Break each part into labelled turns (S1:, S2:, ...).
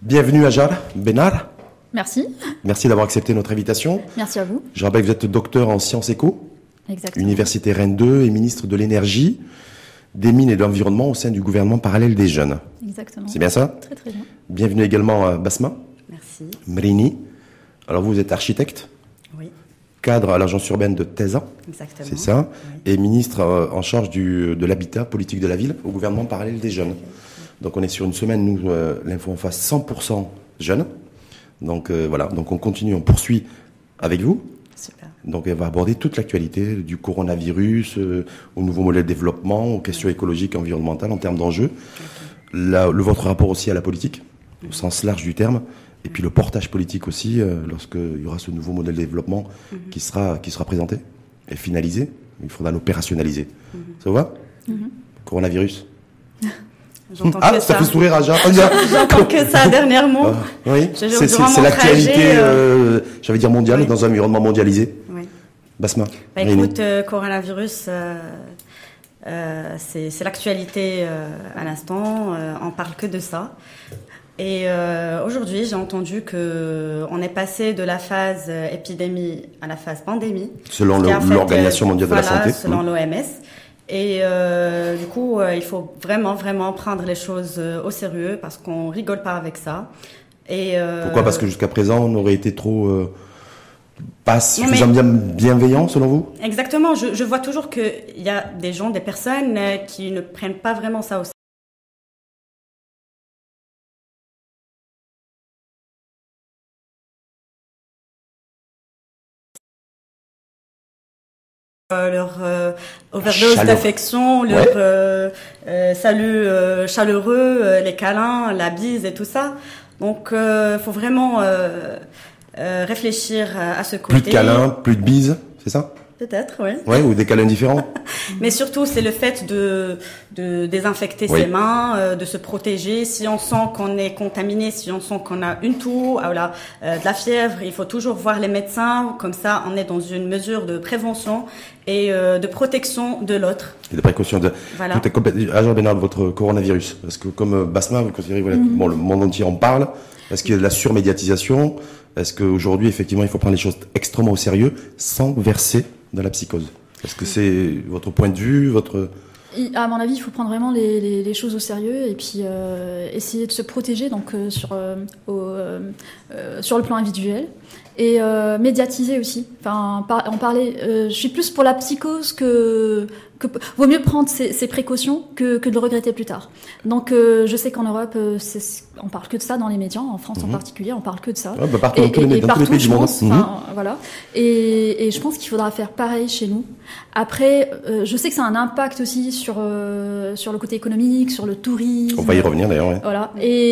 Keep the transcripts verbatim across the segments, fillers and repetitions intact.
S1: Bienvenue Hajar Benar.
S2: Merci.
S1: Merci d'avoir accepté notre invitation.
S2: Merci à vous.
S1: Je rappelle que vous êtes docteur en sciences éco,
S2: Exactement.
S1: Université Rennes deux et ministre de l'énergie, des mines et de l'environnement au sein du gouvernement parallèle des jeunes.
S2: Exactement.
S1: C'est bien ça?
S2: Très très bien.
S1: Bienvenue également à Basma.
S3: Merci.
S1: Mrini. Alors vous, vous êtes architecte,
S3: Oui,
S1: cadre à l'agence urbaine de Teza,
S3: exactement.
S1: c'est ça,
S3: Oui.
S1: et ministre euh, en charge du, de l'habitat, politique de la ville, au gouvernement parallèle des jeunes. Donc on est sur une semaine, nous, euh, l'info en face cent pour cent jeunes. Donc euh, voilà, donc on continue, on poursuit avec vous.
S3: Super.
S1: Donc elle va aborder toute l'actualité du coronavirus, euh, au nouveau modèle de développement, aux questions écologiques et environnementales en termes d'enjeux.
S3: Okay.
S1: La- le, votre rapport aussi à la politique, au sens large du terme, et puis le portage politique aussi, euh, lorsqu'il y aura ce nouveau modèle de développement
S3: Mm-hmm.
S1: qui sera, qui sera présenté et finalisé. Il faudra l'opérationnaliser.
S3: Mm-hmm.
S1: Ça vous va?
S2: Mhm.
S1: Coronavirus.
S3: J'entends
S1: Ah,
S3: que
S1: ça
S3: ça.
S1: fait sourire à Jean.
S3: J'entends que ça dernièrement.
S1: Ah, oui,
S3: Je-
S1: c'est, c'est,
S3: durant
S1: c'est
S3: mon
S1: l'actualité,
S3: trajet,
S1: euh, j'allais dire mondiale,
S3: oui.
S1: dans un environnement mondialisé.
S3: Oui.
S1: Basma.
S3: Bah,
S1: Rémi.
S3: écoute, euh, coronavirus, euh, euh, c'est, c'est l'actualité euh, à l'instant. Euh, on parle que de ça. Et euh, aujourd'hui, j'ai entendu que on est passé de la phase euh, épidémie à la phase pandémie.
S1: Selon
S3: Ce qui
S1: le-
S3: a fait,
S1: l'Organisation
S3: euh,
S1: mondiale de la
S3: voilà,
S1: santé.
S3: selon
S1: Mmh.
S3: l'O M S. Et euh, du coup, euh, il faut vraiment, vraiment prendre les choses euh, au sérieux parce qu'on rigole pas avec ça. Et euh,
S1: Pourquoi? Parce que jusqu'à présent, on aurait été trop euh, pas
S3: Non,
S1: suffisamment
S3: mais-
S1: bien, bienveillant, selon vous?
S3: Exactement, je, je vois toujours qu'il y a des gens, des personnes euh, qui ne prennent pas vraiment ça au sérieux. Euh, leur euh, overdose
S1: Chaleur.
S3: d'affection, leur
S1: Ouais.
S3: euh, euh, salut euh, chaleureux, euh, les câlins, la bise et tout ça. Donc, il faut vraiment euh, euh, réfléchir à, à ce côté.
S1: Plus de câlins, plus de bises, c'est ça?
S3: Peut-être, oui.
S1: Ouais, ou des câlins différents?
S3: Mais surtout, c'est le fait de, de désinfecter
S1: Oui.
S3: ses mains, euh, de se protéger. Si on sent qu'on est contaminé, si on sent qu'on a une toux, ah, voilà, euh, de la fièvre, il faut toujours voir les médecins. Comme ça, on est dans une mesure de prévention et euh, de protection de l'autre.
S1: Et des précautions de...
S3: Voilà.
S1: Tout est complètement... Agent Bénard, votre coronavirus. Parce que comme euh, Basma, vous considérez, voilà,
S3: Mhm.
S1: bon, le monde entier en parle. Est-ce qu'il y a de la surmédiatisation? Est-ce qu'aujourd'hui, effectivement, il faut prendre les choses extrêmement au sérieux sans verser dans la psychose? Est-ce que c'est votre point de vue, votre...
S2: Il- À mon avis, il faut prendre vraiment les, les, les choses au sérieux et puis euh, essayer de se protéger donc euh, sur euh, au, euh, euh, sur le plan individuel et euh, médiatiser aussi. Enfin, par, en parler. Euh, je suis plus pour la psychose que que vaut mieux prendre ces, ces précautions que, que de le regretter plus tard. Donc, euh, je sais qu'en Europe, euh, c'est, on parle que de ça dans les médias, en France
S1: Mhm.
S2: en particulier, on parle que de ça.
S1: Ouais, bah, partout,
S2: Et,
S1: dans tous les,
S2: et- et
S1: dans tous les
S2: partout,
S1: pays du
S2: je
S1: monde.
S2: pense,
S1: Mhm.
S2: enfin, voilà. Et, et je pense qu'il faudra faire pareil chez nous. Après, euh, je sais que ça a un impact aussi sur euh, sur le côté économique, sur le tourisme.
S1: On va y revenir d'ailleurs, ouais.
S2: Voilà.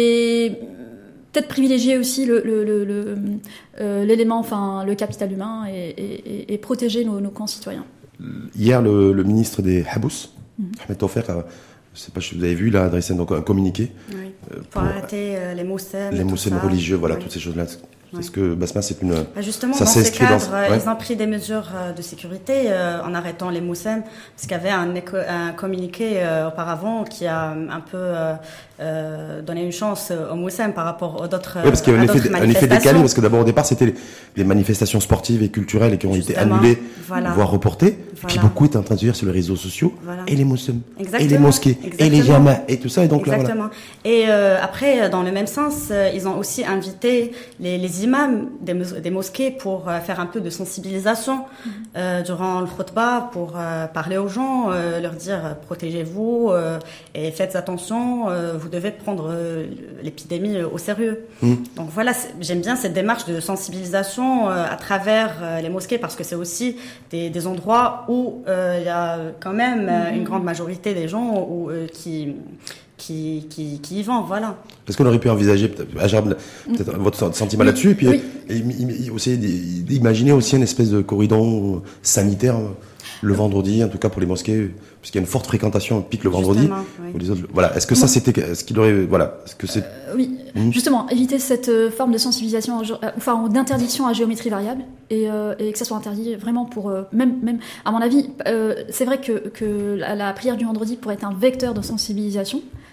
S2: Et peut-être privilégier aussi le, le, le, le, euh, l'élément, enfin le capital humain et, et, et- et protéger nos, nos concitoyens.
S1: Hier, le, le ministre des Habous,
S2: Mhm.
S1: Ahmed Tawfeq, a, je sais pas si vous avez vu, il a adressé donc un communiqué.
S3: Oui.
S1: euh,
S3: Pour
S1: pour
S3: arrêter euh, les moussèmes.
S1: les
S3: tout
S1: moussèmes
S3: ça.
S1: religieux, voilà,
S3: Oui.
S1: toutes ces choses-là.
S3: Ouais.
S1: Est-ce que Basma, c'est une...
S3: Bah, justement,
S1: Ça
S3: dans ces
S1: s'inscrit dans-
S3: cadres, euh,
S1: ouais.
S3: ils ont pris des mesures euh, de sécurité euh, en arrêtant les moussèmes, parce qu'il y avait un, éco- un communiqué euh, auparavant qui a un peu euh, euh, donné une chance aux moussèmes par rapport aux autres,
S1: Oui, parce qu'il y a
S3: à
S1: un effet,
S3: d'autres
S1: un effet décalé,
S3: manifestations.
S1: parce que d'abord au départ c'était les, les manifestations sportives et culturelles qui ont été
S3: Justement,
S1: annulées,
S3: voilà.
S1: voire reportées, puis
S3: Voilà.
S1: beaucoup étaient en train de dire sur les réseaux sociaux,
S3: Voilà.
S1: et les moussèmes, et
S3: Exactement.
S1: les mosquées, et les
S3: Exactement.
S1: jamas, et tout ça, et donc là voilà.
S3: Exactement. Et euh, après, dans le même sens, euh, ils ont aussi invité les, les imams des, mos- des mosquées pour euh, faire un peu de sensibilisation euh, durant le khutbah, pour euh, parler aux gens, euh, leur dire euh, protégez-vous euh, et faites attention, euh, vous devez prendre euh, l'épidémie au sérieux.
S1: Mm.
S3: Donc voilà, c'est- j'aime bien cette démarche de sensibilisation euh, à travers euh, les mosquées parce que c'est aussi des, des endroits où euh, il y a quand même euh, une grande majorité des gens où, euh, qui, qui, qui, qui y vont, voilà.
S1: Est-ce qu'on aurait pu envisager, peut-être, Hajar, peut-être votre sentiment
S2: Oui.
S1: là-dessus, et puis
S2: Oui.
S1: et, im- im- aussi d'imaginer aussi une espèce de cordon sanitaire euh, le vendredi, en tout cas pour les mosquées, puisqu'il y a une forte fréquentation, pique le vendredi.
S3: Justement, oui.
S1: Ou les autres, voilà. Est-ce que ça c'était, est-ce qu'il aurait, voilà, est-ce que c'est,
S2: Euh, oui,
S1: Mhm.
S2: justement, éviter cette euh, forme de sensibilisation, à gé- euh, enfin d'interdiction à géométrie variable, et, euh, et que ça soit interdit vraiment pour, euh, même, même, à mon avis, euh, c'est vrai que, que la, la prière du vendredi pourrait être un vecteur de sensibilisation,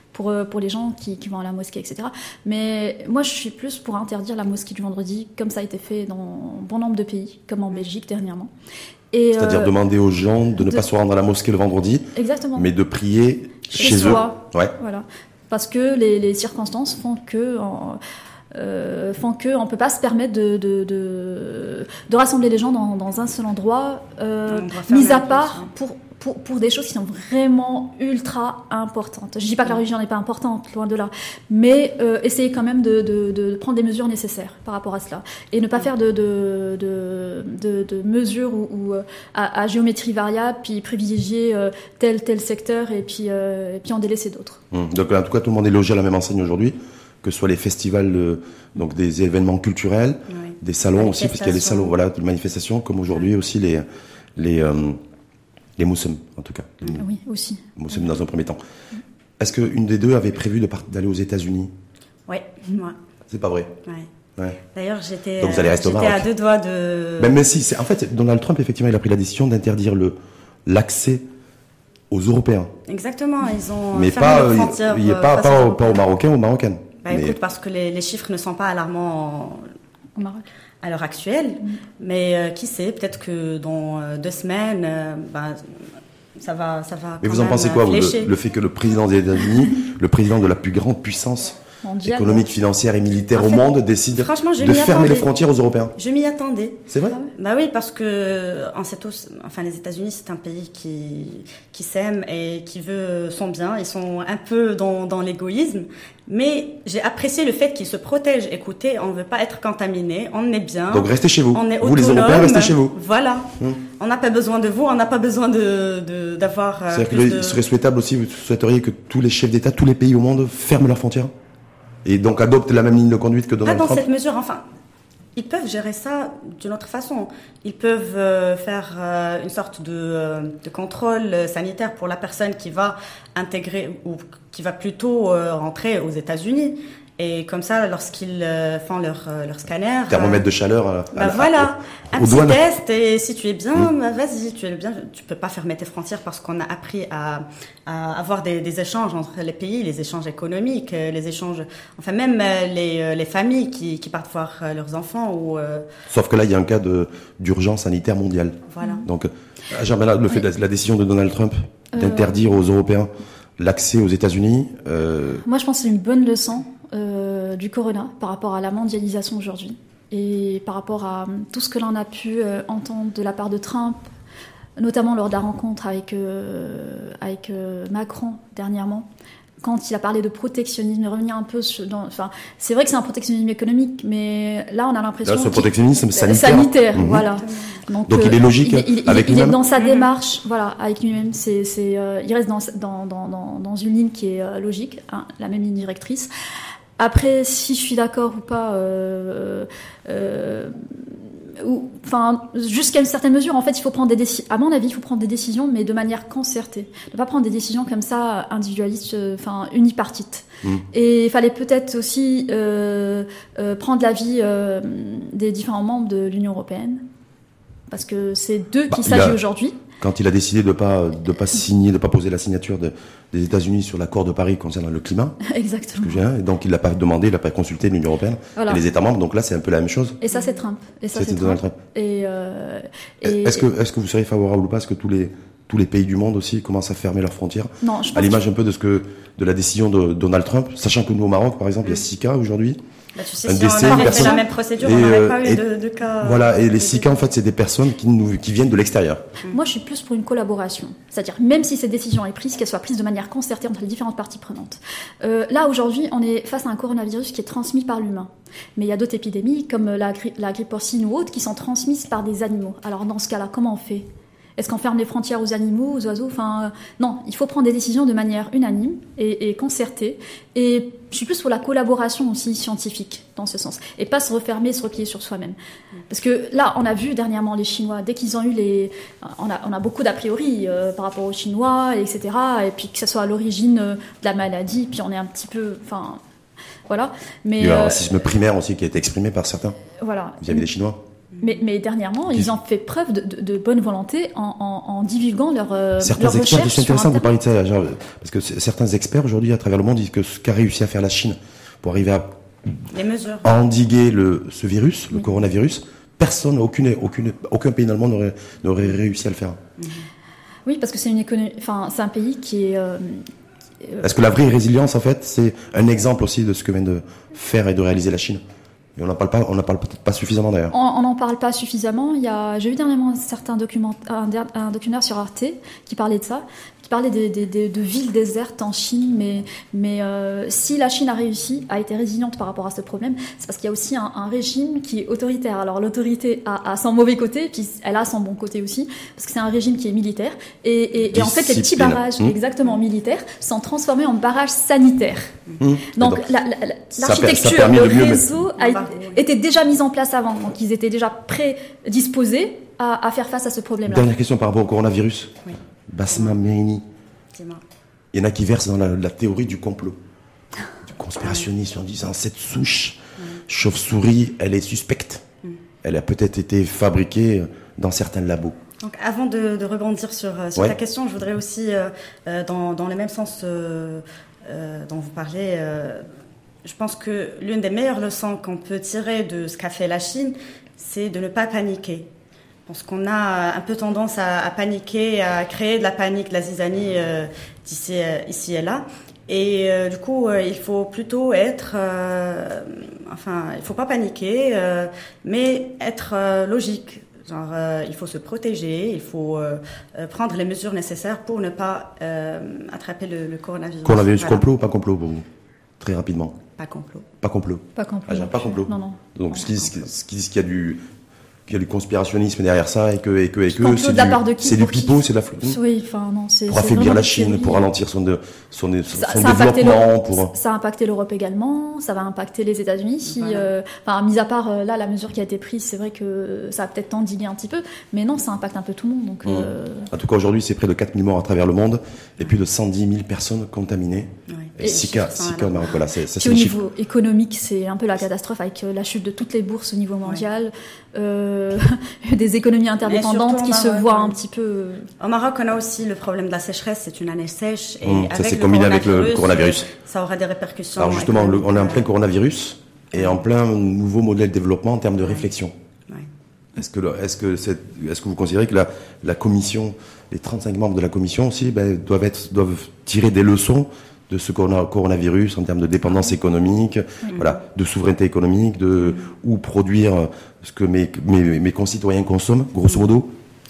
S2: pour, pour les gens qui, qui vont à la mosquée, et cetera. Mais moi, je suis plus pour interdire la mosquée du vendredi, comme ça a été fait dans bon nombre de pays, comme en Belgique dernièrement. Et
S1: C'est-à-dire
S2: euh,
S1: demander aux gens de ne
S2: de...
S1: pas se rendre à la mosquée le vendredi,
S2: Exactement.
S1: mais de prier chez,
S2: chez
S1: eux.
S2: Soi.
S1: Ouais.
S2: Voilà. Parce que les, les circonstances font que... En, Euh, font qu'on ne peut pas se permettre de, de, de, de rassembler les gens dans, dans un seul endroit, euh, mis à part pour, pour, pour des choses qui sont vraiment ultra importantes. Je ne dis pas que la religion n'est pas importante, loin de là, mais euh, essayer quand même de, de, de prendre des mesures nécessaires par rapport à cela. Et ne pas faire de, de, de, de, de mesures où, où, à, à géométrie variable, puis privilégier euh, tel, tel secteur et puis, euh, et puis en délaisser d'autres.
S1: Mmh. Donc en tout cas, tout le monde est logé à la même enseigne aujourd'hui, que ce soit les festivals, euh, donc des événements culturels, oui. des salons aussi, parce qu'il y a des salons, voilà, de manifestations, comme aujourd'hui aussi les les euh, les moussem, en tout cas.
S2: Les, oui, aussi.
S1: Moussem dans un premier temps. Est-ce qu'une des deux avait prévu de part, d'aller aux États-Unis?
S3: Oui, moi.
S1: C'est pas vrai.
S3: Ouais.
S1: Ouais.
S3: D'ailleurs, j'étais,
S1: donc vous allez rester
S3: euh,
S1: au
S3: j'étais
S1: Maroc.
S3: à deux doigts de.
S1: Mais, mais si, c'est, en fait, Donald Trump effectivement, il a pris la décision d'interdire le l'accès aux Européens.
S3: Exactement, ils ont.
S1: Mais
S3: fermé
S1: pas,
S3: leurs frontières,
S1: il n'y a pas, pas, aux, pas aux Marocains, aux Marocaines.
S3: Bah,
S1: mais...
S3: écoute, parce que les, les chiffres ne sont pas alarmants
S2: au Maroc
S3: à l'heure actuelle, mmh. mais euh, qui sait, peut-être que dans euh, deux semaines, euh, bah, ça va, ça va.
S1: Mais vous en pensez quoi, vous, le, le fait que le président des États-Unis, le président de la plus grande puissance mondiale, économique, financière et militaire en au fait, monde, décide de fermer
S3: attendais.
S1: les frontières aux Européens?
S3: Je m'y attendais.
S1: C'est vrai?
S3: Bah oui, parce que en cette, enfin, les États-Unis, c'est un pays qui qui s'aime et qui veut son bien. Ils sont un peu dans, dans l'égoïsme, mais j'ai apprécié le fait qu'ils se protègent. Écoutez, on ne veut pas être contaminé, on est bien.
S1: Donc restez chez vous.
S3: On est
S1: vous
S3: autonome,
S1: les Européens, restez chez vous.
S3: Voilà. Hum. On n'a pas besoin de vous, on n'a pas besoin de, de d'avoir.
S1: C'est-à-dire qu'il de... serait souhaitable aussi, vous souhaiteriez que tous les chefs d'État, tous les pays au monde ferment leurs frontières? Et donc adoptent la même ligne de conduite que Donald
S3: Trump?
S1: Trump?
S3: Pas dans cette mesure, enfin. Ils peuvent gérer ça d'une autre façon. Ils peuvent euh, faire euh, une sorte de, euh, de contrôle sanitaire pour la personne qui va intégrer ou qui va plutôt euh, rentrer aux États-Unis. Et comme ça, lorsqu'ils euh, font leur, euh, leur scanner...
S1: Thermomètre euh, de chaleur. À,
S3: bah
S1: à,
S3: voilà,
S1: à,
S3: un petit
S1: douanes.
S3: test, et si tu es bien,
S1: mmh.
S3: bah vas-y, tu es bien. Tu peux pas fermer tes frontières parce qu'on a appris à, à avoir des, des échanges entre les pays, les échanges économiques, les échanges... Enfin, même les, les familles qui, qui partent voir leurs enfants. Ou, euh...
S1: Sauf que là, il y a un cas de, d'urgence sanitaire mondiale.
S3: Voilà.
S1: Donc, Germaine, le fait de la, la décision de Donald Trump d'interdire aux Européens l'accès aux États-Unis... Euh...
S2: Moi, je pense que c'est une bonne leçon euh, du corona par rapport à la mondialisation aujourd'hui et par rapport à tout ce que l'on a pu euh, entendre de la part de Trump, notamment lors de la rencontre avec, euh, avec euh, Macron dernièrement, quand il a parlé de protectionnisme, revenir un peu sur... Dans, enfin, c'est vrai que c'est un protectionnisme économique, mais là, on a l'impression...
S1: Là, ce protectionnisme sanitaire.
S2: Sanitaire,
S1: mmh.
S2: voilà.
S1: Donc, Donc euh, il est logique
S2: il, il,
S1: avec
S2: il,
S1: lui-même.
S2: Il est dans sa démarche, voilà, avec lui-même. C'est, c'est, euh, il reste dans, dans, dans, dans une ligne qui est euh, logique, hein, la même ligne directrice. Après, si je suis d'accord ou pas... Euh, euh, ou, enfin, jusqu'à une certaine mesure, en fait, il faut prendre des décisions. À mon avis, il faut prendre des décisions, mais de manière concertée. Ne pas prendre des décisions comme ça, individualistes, enfin, unipartites. Mmh. Et il fallait peut-être aussi euh, euh, prendre l'avis euh, des différents membres de l'Union européenne, parce que c'est d'eux bah, qu'il s'agit a... aujourd'hui.
S1: Quand il a décidé de ne pas, de pas signer, de ne pas poser la signature de, des États-Unis sur l'accord de Paris concernant le climat.
S2: Exactement.
S1: Que j'ai, donc il ne l'a pas demandé, il n'a pas consulté l'Union européenne voilà. et les États membres. Donc là, c'est un peu la même chose.
S2: Et ça, c'est Trump. Et ça,
S1: c'est,
S2: c'est
S1: Donald
S2: Trump.
S1: Trump.
S2: Et, euh, et
S1: est-ce que, est-ce que vous seriez favorable ou pas à ce que tous les, tous les pays du monde aussi commencent à fermer leurs frontières?
S2: Non, je pense
S1: à l'image
S2: que...
S1: un peu de ce que, de la décision de Donald Trump, sachant que nous au Maroc, par exemple, mmh. il y a six cas aujourd'hui.
S3: Bah, tu sais, un si décès, on avait personne... fait la même procédure, et, on n'aurait pas eu de, de cas...
S1: Voilà, et les six cas, en fait, c'est des personnes qui, nous, qui viennent de l'extérieur.
S2: Moi, je suis plus pour une collaboration. C'est-à-dire, même si cette décision est prise, qu'elle soit prise de manière concertée entre les différentes parties prenantes. Euh, là, aujourd'hui, on est face à un coronavirus qui est transmis par l'humain. Mais il y a d'autres épidémies, comme la, gri- la grippe porcine ou autres, qui sont transmises par des animaux. Alors, dans ce cas-là, comment on fait ? Est-ce qu'on ferme les frontières aux animaux, aux oiseaux ? Enfin, euh, non, il faut prendre des décisions de manière unanime et, et concertée. Et je suis plus pour la collaboration aussi scientifique dans ce sens. Et pas se refermer, se replier sur soi-même. Parce que là, on a vu dernièrement les Chinois, dès qu'ils ont eu les... On a, on a beaucoup d'a priori euh, par rapport aux Chinois, et cetera. Et puis que ça soit à l'origine euh, de la maladie, puis on est un petit peu... Enfin, voilà. Mais,
S1: il y a un
S2: euh,
S1: racisme primaire aussi qui a été exprimé par certains.
S2: Voilà.
S1: Vis-à-vis des Chinois.
S2: Mais, mais dernièrement, Qui... ils ont fait preuve de, de, de bonne volonté en, en, en divulguant leur euh,
S1: Certains
S2: leur
S1: experts,
S2: recherche.
S1: C'est intéressant que vous parliez de ça, genre, parce que certains experts aujourd'hui à travers le monde disent que ce qu'a réussi à faire la Chine pour arriver à,
S3: Les mesures.
S1: à endiguer le, ce virus, le
S2: oui.
S1: coronavirus, personne, aucune, aucune, aucun pays dans le monde n'aurait, n'aurait réussi à le faire.
S2: Mmh. Oui, parce que c'est une économie, enfin, c'est un pays qui est. Euh,
S1: Est-ce que la vraie résilience, en fait, c'est un exemple aussi de ce que vient de faire et de réaliser la Chine? Et on n'en parle pas, on n'en parle peut-être pas suffisamment d'ailleurs.
S2: On n'en parle pas suffisamment. Il y a, j'ai vu dernièrement un certain document, un, un documentaire sur Arte qui parlait de ça, qui parlait de, de, de, de villes désertes en Chine. Mais, mais euh, si la Chine a réussi, a été résiliente par rapport à ce problème, c'est parce qu'il y a aussi un, un régime qui est autoritaire. Alors l'autorité a, a son mauvais côté, puis elle a son bon côté aussi, parce que c'est un régime qui est militaire. Et, et, et en fait, les petits barrages, mmh. exactement militaires, sont transformés en barrages sanitaires. Mmh. Donc, donc la, la, l'architecture, le réseau a été étaient déjà mis en place avant, donc ils étaient déjà prédisposés à, à faire face à ce problème-là.
S1: Dernière question par rapport au coronavirus.
S3: Oui.
S1: Basma Mehini. Il y en a qui versent dans la, la théorie du complot, du conspirationnisme, en disant cette souche oui. chauve-souris, elle est suspecte. Oui. Elle a peut-être été fabriquée dans certains labos.
S3: Donc, avant de, de rebondir sur, sur ouais. ta question, je voudrais aussi, euh, dans, dans le même sens euh, euh, dont vous parlez, euh, je pense que l'une des meilleures leçons qu'on peut tirer de ce qu'a fait la Chine, c'est de ne pas paniquer. Parce qu'on a un peu tendance à, à paniquer, à créer de la panique, de la zizanie euh, d'ici, euh, ici et là. Et euh, du coup, euh, il faut plutôt être... Euh, enfin, il ne faut pas paniquer, euh, mais être euh, logique. Genre, euh, il faut se protéger, il faut euh, prendre les mesures nécessaires pour ne pas euh, attraper le, le coronavirus.
S1: Coronavirus, voilà. Complot ou pas complot pour vous? Très rapidement.
S3: Pas complot.
S1: Pas complot.
S2: Pas complot.
S1: Ah, pas complot.
S2: Non, non.
S1: Donc, ce qui disent qu'il y a du, qu'il y a du conspirationnisme derrière ça et que, et que, et que
S2: c'est, du,
S1: c'est du pipeau, c'est de la flou.
S2: Oui, enfin, non, c'est.
S1: Pour affaiblir la Chine, pour ralentir son, de, son, son,
S2: ça,
S1: son
S2: ça
S1: développement. Pour...
S2: Ça a impacté l'Europe également, ça va impacter les États-Unis. Si,
S3: voilà.
S2: euh, enfin, mis à part euh, là, la mesure qui a été prise, c'est vrai que ça a peut-être endigué un petit peu, mais non, ça impacte un peu tout le monde. Donc, mmh. euh...
S1: En tout cas, aujourd'hui, c'est près de quatre mille morts à travers le monde et plus de cent dix mille personnes contaminées. Oui. Et six cas au Maroc, voilà, c'est, ça, c'est
S2: au
S1: les
S2: niveau
S1: chiffres.
S2: Économique, c'est un peu la catastrophe avec la chute de toutes les bourses au niveau mondial, ouais. euh, des économies interdépendantes qui Maroc, se voient ouais. un petit peu.
S3: Au Maroc, on a aussi le problème de la sécheresse, c'est une année sèche. Et
S1: mmh,
S3: avec
S1: ça s'est combiné avec le coronavirus.
S3: Ça aura des répercussions.
S1: Alors justement, le, on est en plein coronavirus et en plein nouveau modèle de développement en termes de réflexion. Ouais. Est-ce que, est-ce que, c'est, est-ce que vous considérez que la, la commission, les trente-cinq membres de la commission aussi, ben, doivent être, doivent tirer des leçons de ce coronavirus en termes de dépendance économique, mmh. voilà, de souveraineté économique, de mmh. ou produire ce que mes, mes, mes concitoyens consomment, grosso modo.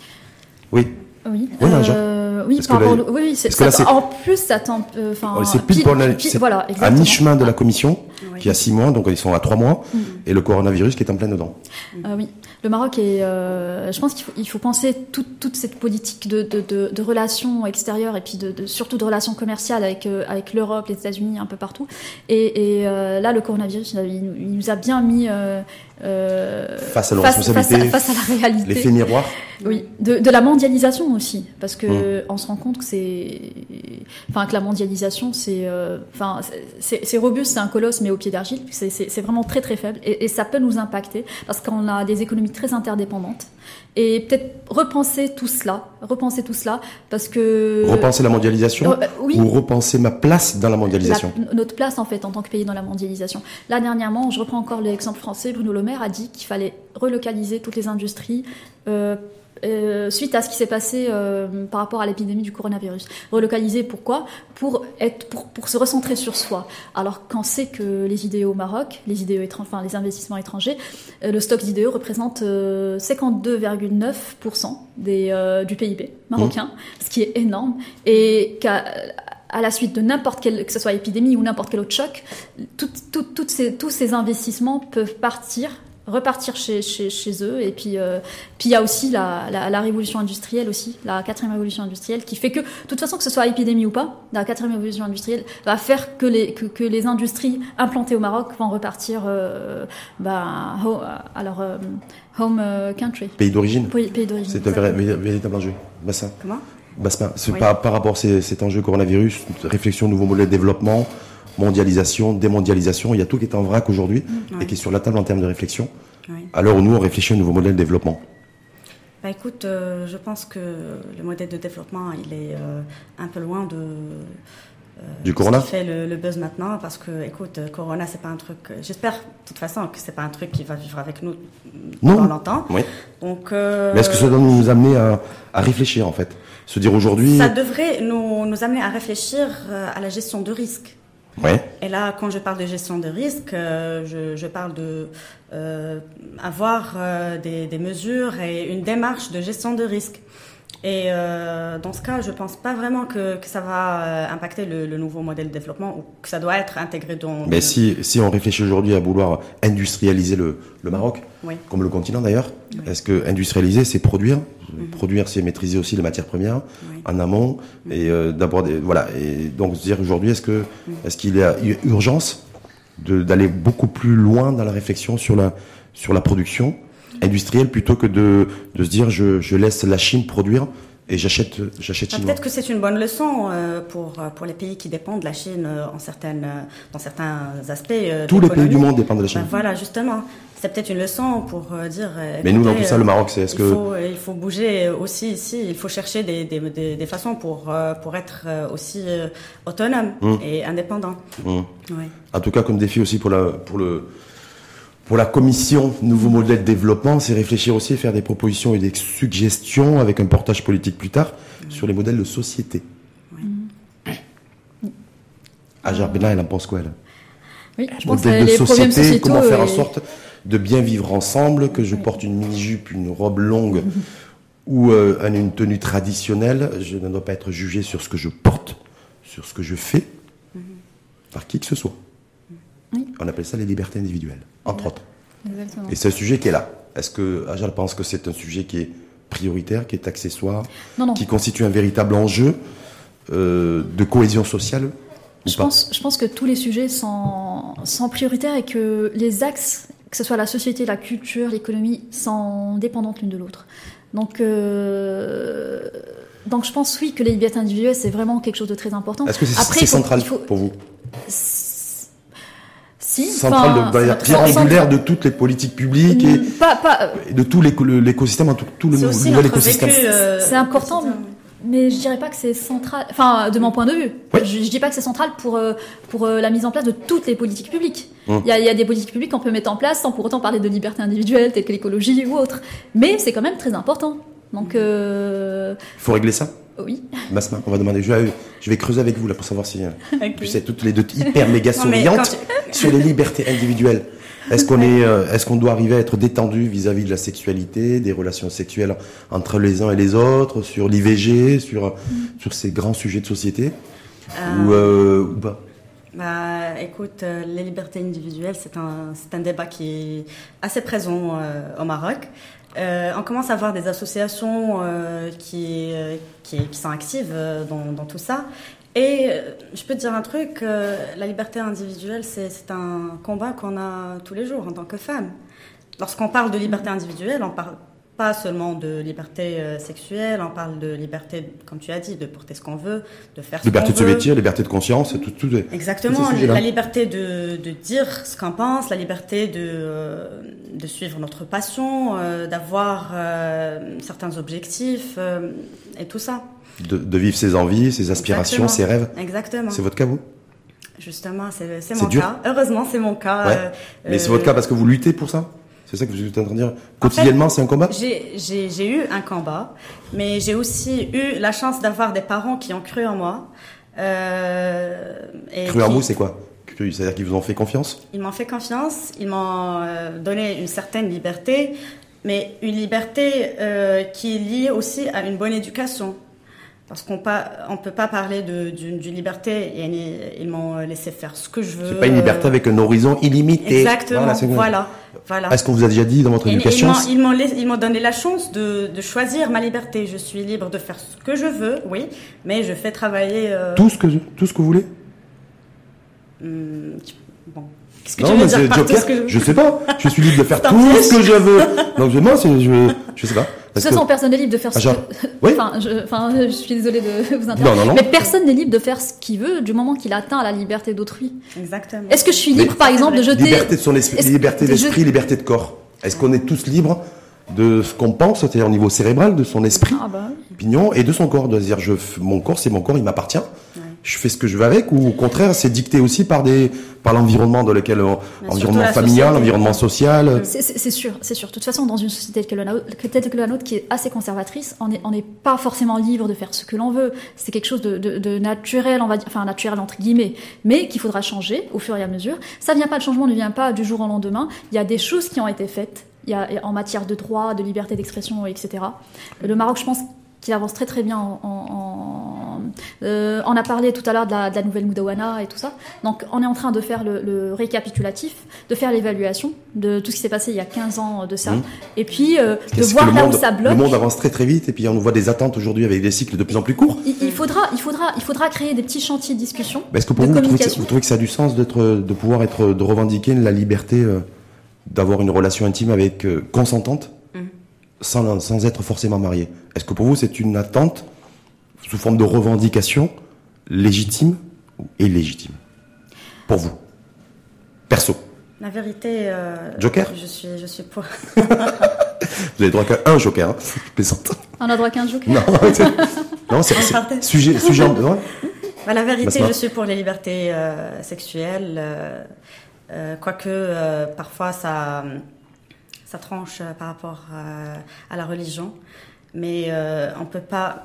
S1: Oui.
S2: Oui.
S1: Oui,
S2: euh, oui, par rapport, oui, oui, c'est, ça, là, c'est, en plus, ça tend, enfin,
S1: euh, c'est pile, pile, pile, c'est voilà, à mi-chemin de la commission, oui. qui a six mois, donc ils sont à trois mois, mmh. et le coronavirus qui est en plein dedans.
S2: Euh, oui. Le Maroc est, euh, je pense qu'il faut, il faut penser toute, toute cette politique de, de, de, de relations extérieures et puis de, de, surtout de relations commerciales avec, euh, avec l'Europe, les États-Unis, un peu partout. Et, et euh, là, le coronavirus, il, il nous a bien mis euh, euh,
S1: face à nos responsabilités,
S2: face, face à la réalité,
S1: l'effet miroir.
S2: Oui, de, de la mondialisation aussi, parce que mmh. on se rend compte que c'est, enfin que la mondialisation, c'est, enfin euh, c'est, c'est robuste, c'est un colosse mais au pied d'argile. C'est, c'est, c'est vraiment très très faible et, et ça peut nous impacter parce qu'on a des économies très interdépendantes et peut-être repenser tout cela, repenser tout cela, parce que
S1: repenser la mondialisation euh, oui. ou repenser ma place dans la mondialisation.
S2: La, notre place en fait en tant que pays dans la mondialisation. Là dernièrement, je reprends encore l'exemple français. Bruno Le Maire a dit qu'il fallait relocaliser toutes les industries. Euh, Euh, suite à ce qui s'est passé euh, par rapport à l'épidémie du coronavirus. Relocaliser, pourquoi ? Pour être, pour, pour se recentrer sur soi. Alors qu'on sait que les I D E au Maroc, les I D E étrangers, enfin les investissements étrangers, euh, le stock d'I D E représente euh, cinquante-deux virgule neuf pour cent des, euh, du P I B marocain, mmh. ce qui est énorme, et qu'à à la suite de n'importe quel, que ce soit épidémie ou n'importe quel autre choc, tout, tout, tout ces, tous ces investissements peuvent partir repartir chez, chez, chez eux. Et puis euh, puis il y a aussi la, la, la révolution industrielle aussi, la quatrième révolution industrielle, qui fait que, de toute façon, que ce soit épidémie ou pas, la quatrième révolution industrielle va faire que les, que, que les industries implantées au Maroc vont repartir euh, bah, à leur euh, home country.
S1: Pays d'origine.
S2: Pays, pays d'origine.
S1: C'est un véritable enjeu. Bassin.
S3: Comment
S1: Bassin. C'est oui. par, par rapport à ces, cet enjeu coronavirus, réflexion, nouveau modèle de développement, mondialisation, démondialisation, il y a tout qui est en vrac aujourd'hui mmh, ouais. et qui est sur la table en termes de réflexion.
S3: Oui.
S1: à l'heure où nous, on réfléchit à un nouveau modèle de développement?
S3: Bah écoute, euh, je pense que le modèle de développement, il est euh, un peu loin de... Euh,
S1: du Corona,
S3: ce qui fait le, le buzz maintenant, parce que, écoute, Corona, c'est pas un truc. J'espère, de toute façon, que c'est pas un truc qui va vivre avec nous pendant longtemps.
S1: Oui.
S3: Donc. Euh,
S1: Mais est-ce que ça doit nous amener à, à réfléchir, en fait, se dire aujourd'hui?
S3: Ça devrait nous nous amener à réfléchir à la gestion de risque.
S1: Ouais.
S3: Et là, quand je parle de gestion de risque, euh, je, je parle de euh, avoir euh, des, des mesures et une démarche de gestion de risque. Et euh, dans ce cas, je pense pas vraiment que, que ça va euh, impacter le, le nouveau modèle de développement ou que ça doit être intégré dans...
S1: Mais
S3: le...
S1: si, si on réfléchit aujourd'hui à vouloir industrialiser le, le Maroc,
S3: oui.
S1: comme le continent d'ailleurs,
S3: oui.
S1: est-ce que industrialiser, c'est produire?
S3: Mm-hmm.
S1: Produire, c'est maîtriser aussi les matières premières
S3: oui.
S1: en amont mm-hmm. et euh, d'abord, des, voilà. Et donc se dire aujourd'hui, est-ce que, mm-hmm. est-ce qu'il y a urgence de, d'aller beaucoup plus loin dans la réflexion sur la, sur la production industrielle plutôt que de, de se dire je, je laisse la Chine produire et j'achète, j'achète chinois.
S3: Peut-être que c'est une bonne leçon euh, pour pour les pays qui dépendent de la Chine euh, en certaines dans certains aspects. Euh,
S1: Tous les pays du monde dépendent de la Chine.
S3: Ben voilà, justement, c'est peut-être une leçon pour euh, dire. Euh,
S1: Mais
S3: écoutez,
S1: nous, dans tout ça, le Maroc, c'est est-ce
S3: il
S1: que
S3: faut, il faut bouger aussi ici. Il faut chercher des des des, des façons pour euh, pour être aussi euh, autonome mmh. et indépendant.
S1: Mmh.
S3: Oui.
S1: En tout cas, comme défi aussi pour la pour le Pour la commission Nouveau Modèle de Développement, c'est réfléchir aussi et faire des propositions et des suggestions avec un portage politique plus tard mmh. sur les modèles de société.
S3: Oui.
S1: Mmh. Hajar Benna, elle en pense quoi, elle?
S2: Oui, je pense
S1: modèle
S2: que
S1: de
S2: les problèmes
S1: société,
S2: sociétaux...
S1: comment faire
S2: et...
S1: en sorte de bien vivre ensemble, que je oui. porte une mini-jupe, une robe longue ou euh, une tenue traditionnelle, je ne dois pas être jugé sur ce que je porte, sur ce que je fais, mmh. par qui que ce soit. Oui. On appelle ça les libertés individuelles, entre autres.
S2: Exactement.
S1: Et c'est un sujet qui est là. Est-ce que Hajar pense que c'est un sujet qui est prioritaire, qui est accessoire,
S2: non, non.
S1: qui constitue un véritable enjeu euh, de cohésion sociale
S2: je pense, je pense que tous les sujets sont, sont prioritaires et que les axes, que ce soit la société, la culture, l'économie, sont dépendantes l'une de l'autre. Donc, euh, donc je pense, oui, que les libertés individuelles, c'est vraiment quelque chose de très important.
S1: Est-ce que c'est,
S2: Après,
S1: c'est
S2: faut,
S1: central
S2: faut,
S1: pour vous?
S2: Si,
S1: centrale,
S2: enfin,
S1: de, bah, triangulaire de toutes les politiques publiques et,
S2: pas, pas,
S1: et de tout l'écosystème, tout, tout le nouvel écosystème.
S3: Vécu, euh,
S2: c'est important, mais je dirais pas que c'est central. Enfin, de mon point de vue,
S1: oui.
S2: je, je dis pas que c'est central pour pour la mise en place de toutes les politiques publiques. Il hum. y, a, il y a des politiques publiques qu'on peut mettre en place sans pour autant parler de liberté individuelle, telle que l'écologie ou autre. Mais c'est quand même très important. Donc, euh...
S1: il faut régler ça.
S2: Oui.
S1: Basma, on va demander. Je vais, je vais creuser avec vous là pour savoir si okay. vous êtes toutes les deux hyper méga souriantes je... sur les libertés individuelles. Est-ce qu'on est, euh, est-ce qu'on doit arriver à être détendu vis-à-vis de la sexualité, des relations sexuelles entre les uns et les autres, sur l'I V G, sur mm. sur ces grands sujets de société, euh... ou, euh, ou pas?
S3: Bah, écoute, euh, les libertés individuelles, c'est un c'est un débat qui est assez présent euh, au Maroc. Euh, on commence à voir des associations euh, qui, euh, qui, qui sont actives euh, dans, dans tout ça. Et euh, je peux te dire un truc, euh, la liberté individuelle, c'est, c'est un combat qu'on a tous les jours en tant que femme. Lorsqu'on parle de liberté individuelle, on parle pas seulement de liberté euh, sexuelle, on parle de liberté, comme tu as dit, de porter ce qu'on veut, de faire ce
S1: liberté
S3: qu'on veut.
S1: Liberté de se vêtir, liberté de conscience, tout, tout.
S3: Exactement, la liberté de, de dire ce qu'on pense, la liberté de, euh, de suivre notre passion, euh, d'avoir euh, certains objectifs euh, et tout ça.
S1: De, de vivre ses envies, ses aspirations,
S3: Exactement.
S1: ses rêves.
S3: Exactement.
S1: C'est votre cas, vous?
S3: Justement, c'est, c'est,
S1: c'est
S3: mon
S1: dur.
S3: cas. Heureusement, c'est mon cas.
S1: Ouais.
S3: Euh,
S1: Mais c'est votre cas parce que vous luttez pour ça? C'est ça que vous êtes en train de dire? Quotidiennement, en fait, c'est un combat?
S3: j'ai, j'ai, j'ai eu un combat, mais j'ai aussi eu la chance d'avoir des parents qui ont cru en moi. Euh, et
S1: cru en
S3: qui...
S1: vous, c'est quoi? C'est-à-dire qu'ils vous ont fait confiance?
S3: Ils m'ont fait confiance, ils m'ont euh, donné une certaine liberté, mais une liberté euh, qui est liée aussi à une bonne éducation. Parce qu'on ne peut pas parler de, d'une, d'une liberté, et ils m'ont laissé faire ce que je veux.
S1: C'est pas une liberté avec un horizon illimité.
S3: Exactement, voilà. voilà, voilà.
S1: Est-ce qu'on vous a déjà dit dans votre
S3: et,
S1: éducation?
S3: Ils m'ont, ils, m'ont, ils m'ont donné la chance de, de choisir ma liberté. Je suis libre de faire ce que je veux, oui, mais je fais travailler... Euh...
S1: Tout ce que, tout ce que vous voulez?
S3: Hum, bon. Qu'est-ce que
S1: non,
S3: tu veux dire par
S1: Joker,
S3: tout ce que je veux?
S1: Je sais pas. Je suis libre de faire tout ce que je veux. Donc, moi, c'est, je, je sais pas.
S2: De toute façon, que... personne n'est libre de faire ce
S1: ah,
S2: que...
S1: Oui.
S2: Enfin, je, enfin, je suis désolée de vous interrompre.
S1: Non, non, non.
S2: Mais personne n'est libre de faire ce qu'il veut du moment qu'il atteint la liberté d'autrui.
S3: Exactement.
S2: Est-ce que je suis libre,
S1: mais
S2: par exemple, de jeter...
S1: Liberté de son esprit,
S2: Est-ce...
S1: liberté d'esprit,
S2: je...
S1: liberté de corps. Est-ce qu'on est tous libres de ce qu'on pense, c'est-à-dire au niveau cérébral, de son esprit,
S2: ah bah.
S1: opinion, et de son corps, de dire je, mon corps, c'est mon corps, il m'appartient. Ouais. Je fais ce que je veux avec, ou au contraire, c'est dicté aussi par des, par l'environnement dans lequel, environnement familial, environnement social.
S2: C'est, c'est, c'est sûr, c'est sûr. De toute façon, dans une société telle que la nôtre, telle que la nôtre qui est assez conservatrice, on n'est on n'est pas forcément libre de faire ce que l'on veut. C'est quelque chose de, de, de naturel, on va dire, enfin naturel entre guillemets, mais qu'il faudra changer au fur et à mesure. Ça vient pas, le changement ne vient pas du jour au lendemain. Il y a des choses qui ont été faites. Il y a en matière de droit, de liberté d'expression, et cetera. Le Maroc, je pense qu'il avance très très bien. En, en, euh, on a parlé tout à l'heure de la, de la nouvelle Moudawana et tout ça. Donc on est en train de faire le, le récapitulatif, de faire l'évaluation de tout ce qui s'est passé il y a quinze ans de ça. Mmh. Et puis euh, de voir là
S1: monde,
S2: où ça bloque.
S1: Le monde avance très très vite et puis on voit des attentes aujourd'hui avec des cycles de plus en plus courts.
S2: Il, il, faudra, il, faudra, il faudra créer des petits chantiers de discussion.
S1: Est-ce que pour vous, vous trouvez, que, vous trouvez que ça a du sens d'être, de pouvoir être, de revendiquer la liberté euh, d'avoir une relation intime avec euh, consentante mmh. sans, sans être forcément marié? Est-ce que pour vous c'est une attente sous forme de revendication légitime ou illégitime pour vous, perso?
S3: La vérité, euh,
S1: Joker.
S3: Je suis, je suis pour.
S1: Vous avez droit qu'à un joker, hein. Je plaisante.
S2: On a droit qu'à un joker.
S1: Non, c'est, non, c'est, c'est sujet, sujet. Ouais.
S3: Bah, la vérité, je suis pour les libertés euh, sexuelles. Euh, Euh, quoique euh, parfois ça, ça tranche euh, par rapport euh, à la religion, mais euh, on peut pas,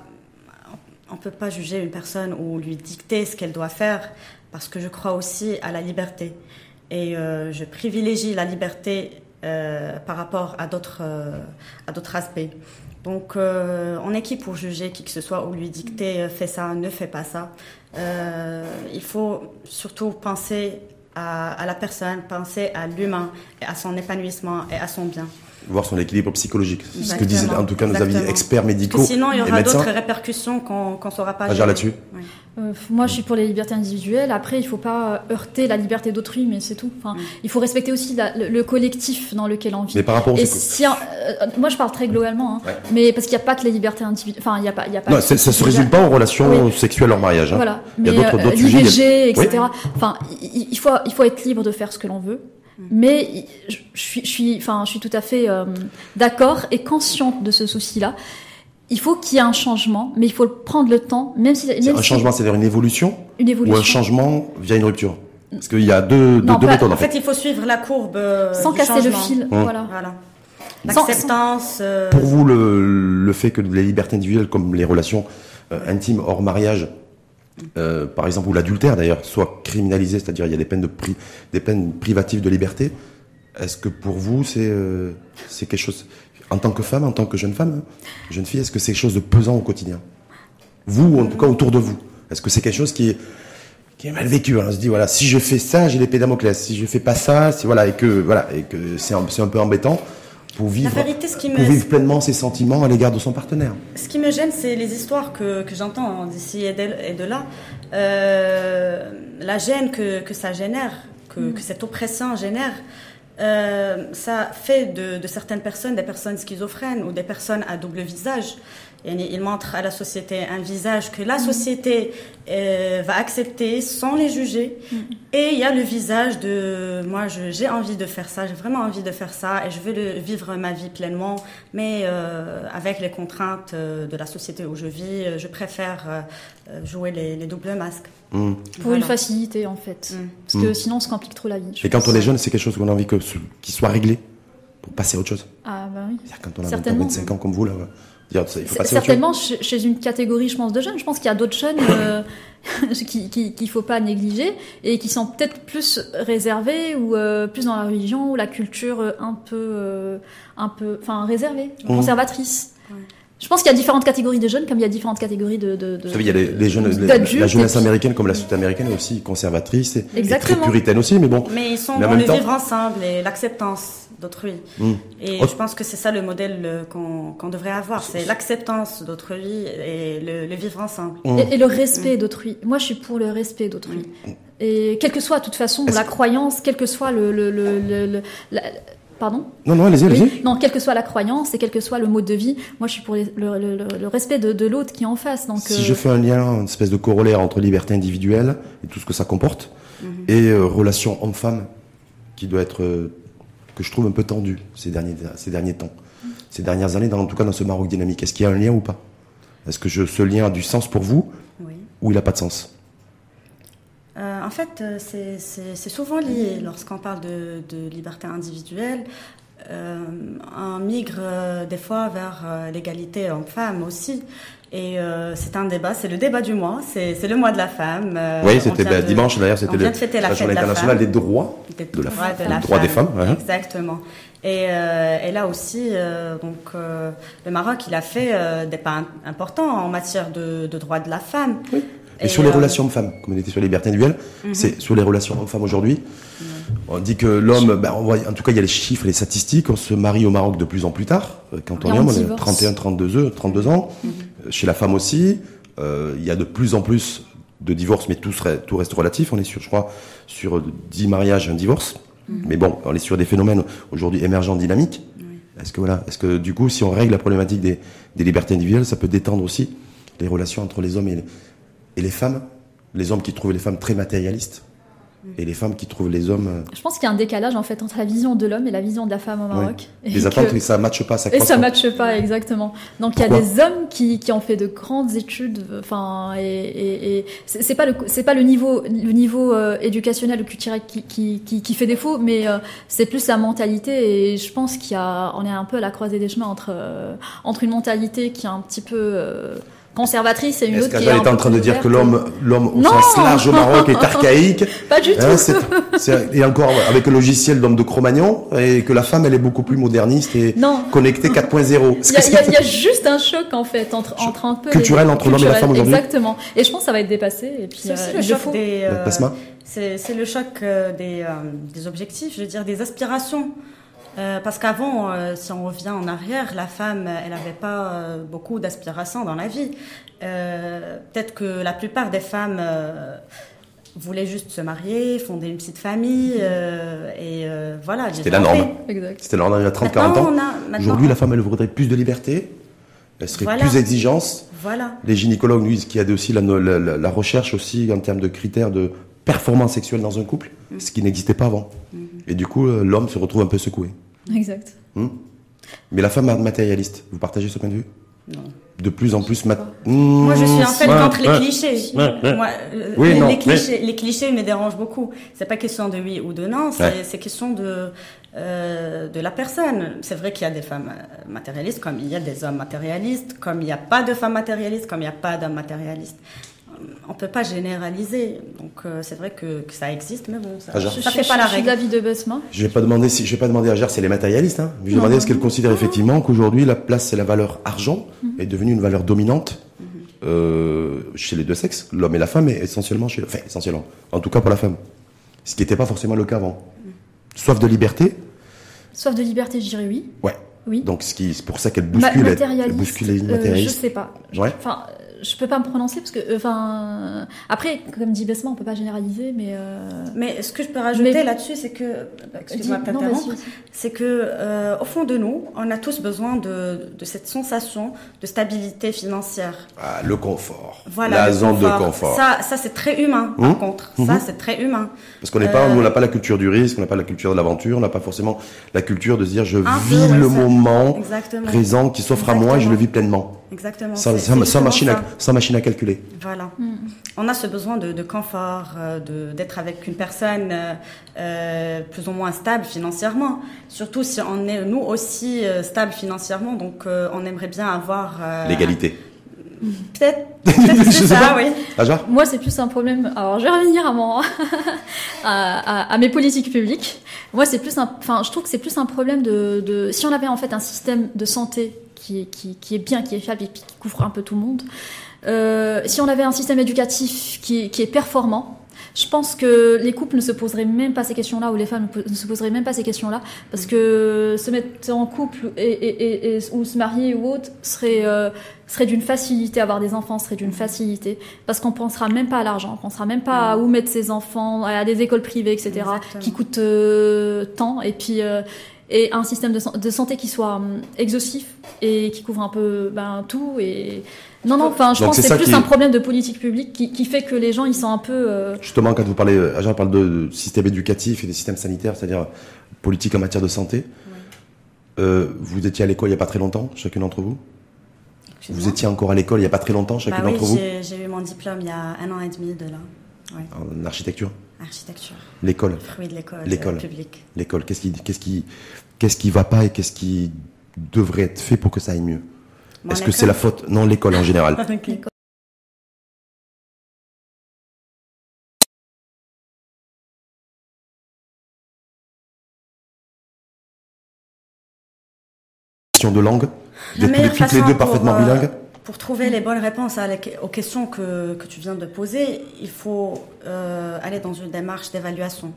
S3: on peut pas juger une personne ou lui dicter ce qu'elle doit faire, parce que je crois aussi à la liberté et euh, je privilégie la liberté euh, par rapport à d'autres, euh, à d'autres aspects. Donc euh, on est qui pour juger qui que ce soit ou lui dicter euh, fais ça, ne fais pas ça. Euh, il faut surtout penser À, à la personne, penser à l'humain, et à son épanouissement et à son bien.
S1: Voir son équilibre psychologique. Exactement. Ce que disent en tout cas nos avis experts médicaux.
S3: Parce que sinon, il y aura
S1: d'autres
S3: répercussions qu'on ne saura pas.
S1: Agir là-dessus.
S3: Oui.
S2: Euh, moi, je suis pour les libertés individuelles. Après, il ne faut pas heurter la liberté d'autrui, mais c'est tout. Enfin, mm. Il faut respecter aussi la, le, le collectif dans lequel on vit.
S1: Mais par rapport au...
S2: si, euh, moi, je parle très globalement, hein, ouais. mais parce qu'il n'y a pas que les libertés individuelles. Enfin, il n'y a pas, il y a pas.
S1: Non, ça ne se résume pas aux relations oui. sexuelles hors mariage. Hein.
S2: Voilà.
S1: Il y a
S2: mais,
S1: d'autres, d'autres
S2: euh,
S1: sujets.
S2: l'I V G, et cetera.
S1: Oui.
S2: Enfin, il, il faut, il faut être libre de faire ce que l'on veut. Mais je, je suis, je suis, enfin, je suis tout à fait euh, d'accord et consciente de ce souci-là. Il faut qu'il y ait un changement, mais il faut prendre le temps, même si. Même
S1: c'est un
S2: si,
S1: changement, c'est-à-dire une évolution,
S2: une évolution,
S1: ou un changement via une rupture. Parce qu'il y a deux,
S2: non,
S1: deux, deux méthodes.
S3: En fait, il faut suivre la courbe euh,
S2: sans
S3: du
S2: casser
S3: changement.
S2: le fil.
S1: Mmh.
S2: Voilà.
S3: voilà. L'acceptance. Euh...
S1: Pour vous, le, le fait que les libertés individuelles, comme les relations euh, intimes hors mariage, Euh, par exemple, ou l'adultère d'ailleurs, soit criminalisé, c'est-à-dire il y a des peines, de pri- des peines privatives de liberté, est-ce que pour vous c'est, euh, c'est quelque chose, en tant que femme, en tant que jeune femme, jeune fille, est-ce que c'est quelque chose de pesant au quotidien? Vous, ou en tout cas autour de vous, est-ce que c'est quelque chose qui est, qui est mal vécu? On se dit, voilà, si je fais ça, j'ai l'épée Damoclès, si je fais pas ça, c'est, voilà, et que, voilà, et que c'est un, c'est un peu embêtant pour vivre,
S3: vérité, ce qui me...
S1: pour vivre pleinement ses sentiments à l'égard de son partenaire.
S3: Ce qui me gêne, c'est les histoires que, que j'entends d'ici et de, et de là. Euh, la gêne que, que ça génère, que, mmh. que cette oppression génère, euh, ça fait de, de certaines personnes des personnes schizophrènes ou des personnes à double visage. Ils montrent à la société un visage que la société euh, va accepter sans les juger. Mm. Et il y a le visage de moi, je, j'ai envie de faire ça, j'ai vraiment envie de faire ça et je veux le, vivre ma vie pleinement, mais euh, avec les contraintes euh, de la société où je vis, je préfère euh, jouer les, les doubles masques.
S1: Mm.
S2: Pour
S3: voilà.
S2: une facilité en fait, mm. parce que mm. sinon on se complique trop la vie.
S1: Et quand on est jeune, c'est quelque chose qu'on a envie que, qu'il soit réglé pour passer à autre chose.
S2: Ah bah oui.
S1: C'est-à-dire quand on a vingt ans, vingt-cinq ans comme vous là. Dire, ça, il faut passer
S2: certainement chez, chez une catégorie, je pense, de jeunes. Je pense qu'il y a d'autres jeunes euh, qui, qui, qu'il faut pas négliger et qui sont peut-être plus réservés ou euh, plus dans la religion ou la culture un peu, euh, un peu, enfin réservée, mmh. conservatrice. Ouais. Je pense qu'il y a différentes catégories de jeunes, comme il y a différentes catégories de. de, de
S1: Vous savez, il y a les, les jeunes, la, la jeunesse américaine comme la sud-américaine est aussi conservatrice et, et très puritaine aussi, mais bon.
S3: Mais ils sont dans le temps... vivre ensemble et l'acceptance d'autrui. Mmh. Et oh. je pense que c'est ça le modèle qu'on, qu'on devrait avoir, c'est l'acceptance d'autrui et le, le vivre ensemble.
S2: Mmh. Et, et le respect mmh. d'autrui. Moi, je suis pour le respect d'autrui. Mmh. Et quelle que soit, de toute façon, Est-ce... la croyance, quel que soit le, le, le, le, le la, Pardon ?
S1: Non, non, allez-y, allez-y.
S2: Oui. Non, quelle que soit la croyance et quel que soit le mode de vie, moi je suis pour les, le, le, le respect de, de l'autre qui est en face. Donc,
S1: si
S2: euh...
S1: je fais un lien, une espèce de corollaire entre liberté individuelle et tout ce que ça comporte, mm-hmm. et euh, relation homme-femme qui doit être euh, que je trouve un peu tendu ces derniers, ces derniers temps, ces dernières années, dans, en tout cas dans ce Maroc dynamique. Est-ce qu'il y a un lien ou pas? Est-ce que je, ce lien a du sens pour vous
S3: Oui.
S1: ou il n'a pas de sens?
S3: Euh, en fait, c'est, c'est, c'est souvent lié lorsqu'on parle de, de liberté individuelle. Euh, on migre euh, des fois vers euh, l'égalité homme-femme aussi. Et euh, c'est un débat, c'est le débat du mois, c'est, c'est le mois de la femme. Euh,
S1: oui, c'était bah, de, dimanche d'ailleurs, c'était le,
S3: de la,
S1: la journée internationale des droits
S3: des
S1: de la
S3: droits
S1: femme.
S3: de la
S1: droits
S3: femme.
S1: des femmes. Ouais.
S3: Exactement. Et, euh, et là aussi, euh, donc euh, le Maroc, il a fait euh, des pas importants en matière de, de droits de la femme.
S1: Oui. Et, et sur les euh, relations hommes-femmes, comme on était sur les libertés individuelles, mm-hmm. c'est sur les relations hommes-femmes aujourd'hui. Mm-hmm. On dit que l'homme, ben, on voit, en tout cas, il y a les chiffres, les statistiques. On se marie au Maroc de plus en plus tard. Quand on est homme, on a trente et un, trente-deux, trente-deux ans. Mm-hmm. Chez la femme aussi, euh, il y a de plus en plus de divorces, mais tout, serait, tout reste relatif. On est sur, je crois, sur dix mariages, un divorce. Mm-hmm. Mais bon, on est sur des phénomènes aujourd'hui émergents, dynamiques. Mm-hmm. Est-ce que voilà, est-ce que du coup, si on règle la problématique des, des libertés individuelles, ça peut détendre aussi les relations entre les hommes et les, et les femmes, les hommes qui trouvent les femmes très matérialistes et les femmes qui trouvent les hommes...
S2: Je pense qu'il y a un décalage en fait entre la vision de l'homme et la vision de la femme au Maroc.
S1: Oui. Les attentes, que... ça ne matche pas, ça
S2: Et ça ne matche pas, exactement. Donc il y a des hommes qui, qui ont fait de grandes études, enfin, et, et, et c'est, c'est pas le, c'est pas le niveau, le niveau euh, éducationnel ou culturel qui, qui, qui, qui fait défaut, mais euh, c'est plus la mentalité. Et je pense qu'il y a, on est un peu à la croisée des chemins entre, euh, entre une mentalité qui est un petit peu... Euh, conservatrice et une
S1: Est-ce
S2: autre qui est un
S1: est en train de dire que l'homme, l'homme au
S2: non
S1: sens large au Maroc est archaïque?
S2: Pas du tout.
S1: Hein, c'est, c'est, et encore avec le logiciel d'homme de Cro-Magnon, et que la femme, elle est beaucoup plus moderniste et non. connectée quatre point zéro.
S2: Il y, y, y a juste un choc en fait entre, entre un peu
S1: culturel les, entre culturel, l'homme et la femme aujourd'hui.
S2: Exactement. Et je pense que ça va être dépassé. Et puis
S3: c'est aussi
S2: euh,
S3: le choc
S2: faut...
S3: des. Euh, c'est, c'est le choc euh, des, euh, des objectifs, je veux dire des aspirations. Euh, parce qu'avant, euh, si on revient en arrière, la femme, elle n'avait pas euh, beaucoup d'aspirations dans la vie. Euh, peut-être que la plupart des femmes euh, voulaient juste se marier, fonder une petite famille, euh, et euh, voilà.
S1: C'était la norme. Exact. C'était la norme il y a trente à quarante ans. A, Aujourd'hui, la femme, elle voudrait plus de liberté, elle serait voilà. plus exigence.
S3: Voilà.
S1: Les gynécologues nous disent qu'il y a aussi la, la, la, la recherche aussi en termes de critères de performance sexuelle dans un couple, mmh. ce qui n'existait pas avant. Mmh. Et du coup, l'homme se retrouve un peu secoué.
S2: Exact.
S1: Mmh. Mais la femme matérialiste, vous partagez ce point de vue?
S3: Non.
S1: De plus en plus... Mat- mmh.
S3: Moi, je suis en fait
S1: ouais,
S3: contre
S1: ouais,
S3: les clichés.
S1: Ouais, ouais.
S3: Moi,
S1: oui,
S3: les,
S1: non,
S3: les, clichés
S1: mais...
S3: les clichés me dérangent beaucoup. C'est pas question de oui ou de non, c'est, ouais. c'est question de, euh, de la personne. C'est vrai qu'il y a des femmes matérialistes, comme il y a des hommes matérialistes, comme il n'y a pas de femmes matérialistes, comme il n'y a pas d'hommes matérialistes. On ne peut pas généraliser, donc euh, c'est vrai que, que ça existe, mais bon, ça ne fait
S2: je,
S3: pas
S2: je,
S3: la
S2: je
S3: règle.
S2: De l'avis de Besma.
S1: Je ne vais pas demander si, je vais pas demander à Gère si elle est matérialiste. Hein. Je vais demander est-ce qu'elle considère non. effectivement qu'aujourd'hui la place et la valeur argent mm-hmm. est devenue une valeur dominante mm-hmm. euh, chez les deux sexes, l'homme et la femme, et essentiellement chez, enfin essentiellement, en tout cas pour la femme, ce qui n'était pas forcément le cas avant. Mm-hmm. Soif de liberté.
S2: Soif de liberté, je dirais oui.
S1: Ouais.
S2: Oui.
S1: Donc ce qui, c'est pour ça qu'elle bouscule, Ma- elle bouscule les matérialistes.
S2: Euh, je sais pas.
S1: Ouais.
S2: Enfin. Je peux pas me prononcer parce que, enfin, euh, après, comme dit Besma, on peut pas généraliser, mais. Euh...
S3: Mais ce que je peux rajouter mais... là-dessus, c'est que, excuse-moi de t'interrompre, c'est que, euh, au fond de nous, on a tous besoin de, de cette sensation de stabilité financière.
S1: Ah, le confort.
S3: Voilà.
S1: La
S3: le
S1: zone
S3: confort.
S1: de confort.
S3: Ça, ça c'est très humain. Mmh. Par contre, mmh. ça c'est très humain.
S1: Parce qu'on n'est pas, euh... nous, on n'a pas la culture du risque, on n'a pas la culture de l'aventure, on n'a pas forcément la culture de se dire, je
S3: Un
S1: vis
S3: peu,
S1: le
S3: ouais,
S1: moment
S3: Exactement.
S1: présent qui s'offre
S3: Exactement.
S1: à moi et je le vis pleinement.
S3: Exactement.
S1: Sans,
S3: c'est,
S1: sans,
S3: c'est
S1: sans, machine à,
S3: ça.
S1: sans machine à calculer.
S3: Voilà. Mm. On a ce besoin de, de confort, euh, de, d'être avec une personne euh, euh, plus ou moins stable financièrement. Surtout si on est, nous aussi, euh, stable financièrement. Donc, euh, on aimerait bien avoir... Euh,
S1: l'égalité.
S3: Peut-être, peut-être que c'est ça, oui.
S1: Ah, genre
S2: Moi, c'est plus un problème... Alors, je vais revenir à, mon... à, à, à mes politiques publiques. Moi, c'est plus un... Enfin, je trouve que c'est plus un problème de, de... Si on avait en fait un système de santé qui est, qui, qui est bien, qui est fiable et qui couvre un peu tout le monde... Euh, si on avait un système éducatif qui, qui est performant, je pense que les couples ne se poseraient même pas ces questions-là, ou les femmes ne se poseraient même pas ces questions-là, parce que se mettre en couple et, et, et, et, ou se marier ou autre serait, euh, serait d'une facilité, avoir des enfants serait d'une facilité, parce qu'on pensera même pas à l'argent, on pensera même pas à où mettre ses enfants, à des écoles privées, et cetera, Exactement. Qui coûtent euh, tant, et puis... Euh, et un système de, de santé qui soit um, exhaustif et qui couvre un peu ben, tout. Et non, non. Enfin, je
S1: Donc
S2: pense
S1: c'est
S2: que c'est plus
S1: qui...
S2: un problème de politique publique qui, qui fait que les gens ils sont un peu. Euh...
S1: Justement, quand vous parlez, Aja parle de, de système éducatif et des systèmes sanitaires, c'est-à-dire politique en matière de santé. Oui. Euh, vous étiez à l'école il n'y a pas très longtemps, chacune d'entre vous. Vous étiez encore à l'école il n'y a pas très longtemps, chacune
S3: bah oui,
S1: d'entre vous.
S3: J'ai, j'ai eu mon diplôme il y a un an et demi de là. Oui.
S1: En architecture.
S3: Architecture.
S1: L'école.
S3: Le fruit de l'école.
S1: L'école.
S3: Euh, publique.
S1: L'école. Qu'est-ce qui, qu'est-ce qui, qu'est-ce qui va pas et qu'est-ce qui devrait être fait pour que ça aille mieux? Bon, Est-ce l'école. que c'est la faute? Non, l'école en général. Okay. Question de langue. Vous êtes toutes les deux parfaitement
S3: pour,
S1: bilingues.
S3: Euh, Pour trouver les bonnes réponses à la, aux questions que, que tu viens de poser, il faut euh, aller dans une démarche d'évaluation.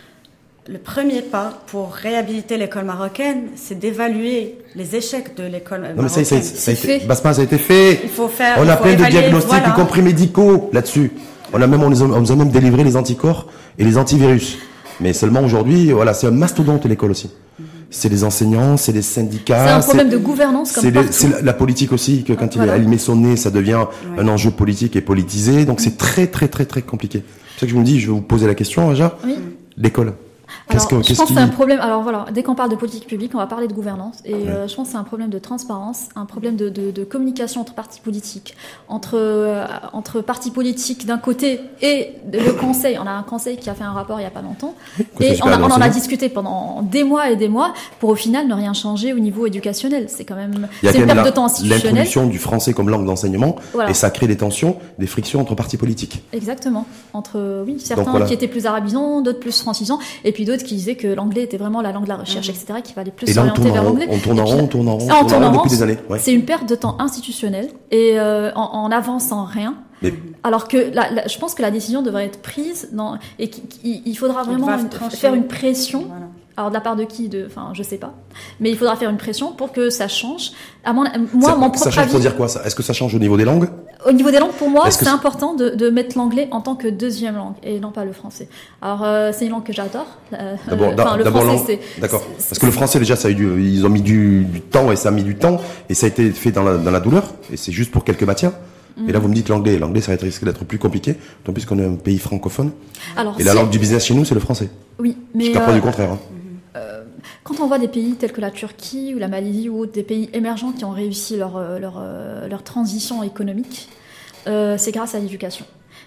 S3: Le premier pas pour réhabiliter l'école marocaine, c'est d'évaluer les échecs de l'école
S1: non,
S3: marocaine.
S1: Mais ça, ça, ça, ça a été, Basma, ça a été fait.
S3: Il faut faire.
S1: On
S3: il
S1: a
S3: faut
S1: plein
S3: évaluer,
S1: de diagnostics,
S3: voilà.
S1: y compris médicaux, là-dessus. On a même, on, les a, on nous a même délivré les anticorps et les antivirus. Mais seulement aujourd'hui, voilà, c'est un mastodonte l'école aussi. C'est les enseignants, c'est les syndicats.
S2: C'est un problème de gouvernance comme
S1: c'est
S2: partout.
S1: Les, c'est la, la politique aussi, que quand voilà. il, il met son nez, ça devient ouais. un enjeu politique et politisé. Donc c'est très, très, très, très compliqué. C'est ça que je me dis, je vais vous poser la question, Aja. Oui. L'école.
S2: Alors, que, je pense qui... que c'est un problème. Alors voilà, dès qu'on parle de politique publique, on va parler de gouvernance, et ouais. euh, je pense que c'est un problème de transparence, un problème de, de, de communication entre partis politiques, entre euh, entre partis politiques d'un côté et le conseil. On a un conseil qui a fait un rapport il y a pas longtemps, et on, a, on en a discuté pendant des mois et des mois pour au final ne rien changer au niveau éducationnel. C'est quand même
S1: il y a
S2: c'est
S1: quand
S2: une
S1: même
S2: perte
S1: la,
S2: de temps institutionnelle.
S1: L'introduction du français comme langue d'enseignement,
S2: voilà.
S1: et ça crée des tensions, des frictions entre partis politiques.
S2: Exactement. Entre oui certains
S1: Donc, voilà.
S2: qui étaient plus arabisants, d'autres plus francisants, et puis d'autres qui disaient que l'anglais était vraiment la langue de la recherche, mmh. et cetera, qui fallait plus s'orienter vers l'anglais.
S1: On tourne en rond, on tourne en rond,
S2: on tourne en rond
S1: depuis des années. Ouais.
S2: C'est une perte de temps institutionnelle et euh, en, en avançant rien. Mais... Alors que la, la, je pense que la décision devrait être prise dans, et qu'il faudra vraiment une, faire une pression. Voilà. Alors de la part de qui de, enfin, je sais pas. Mais il faudra faire une pression pour que ça change. À mon, moi,
S1: ça,
S2: mon propre
S1: ça change,
S2: avis.
S1: Faut dire quoi ça? Est-ce que ça change au niveau des langues?
S2: Au niveau des langues, pour moi,
S1: Est-ce
S2: c'est
S1: que
S2: important de, de mettre l'anglais en tant que deuxième langue et non pas le français. Alors euh, c'est une langue que j'adore. Euh,
S1: d'abord,
S2: enfin, le
S1: d'abord,
S2: français, c'est.
S1: D'accord. Parce que le français déjà, ça a eu du, ils ont mis du, du temps et ça a mis du temps et ça a été fait dans la, dans la douleur et c'est juste pour quelques matières. Et là, vous me dites l'anglais. L'anglais, ça risque d'être plus compliqué, d'autant plus qu'on est un pays francophone. Alors, et la langue du business chez nous, c'est le français.
S2: Oui, mais.
S1: Jusqu'à preuve euh, du contraire. Hein.
S2: Euh, quand on voit des pays tels que la Turquie ou la Malaisie ou autres, des pays émergents qui ont réussi leur, leur, leur transition économique, euh, c'est grâce à l'éducation.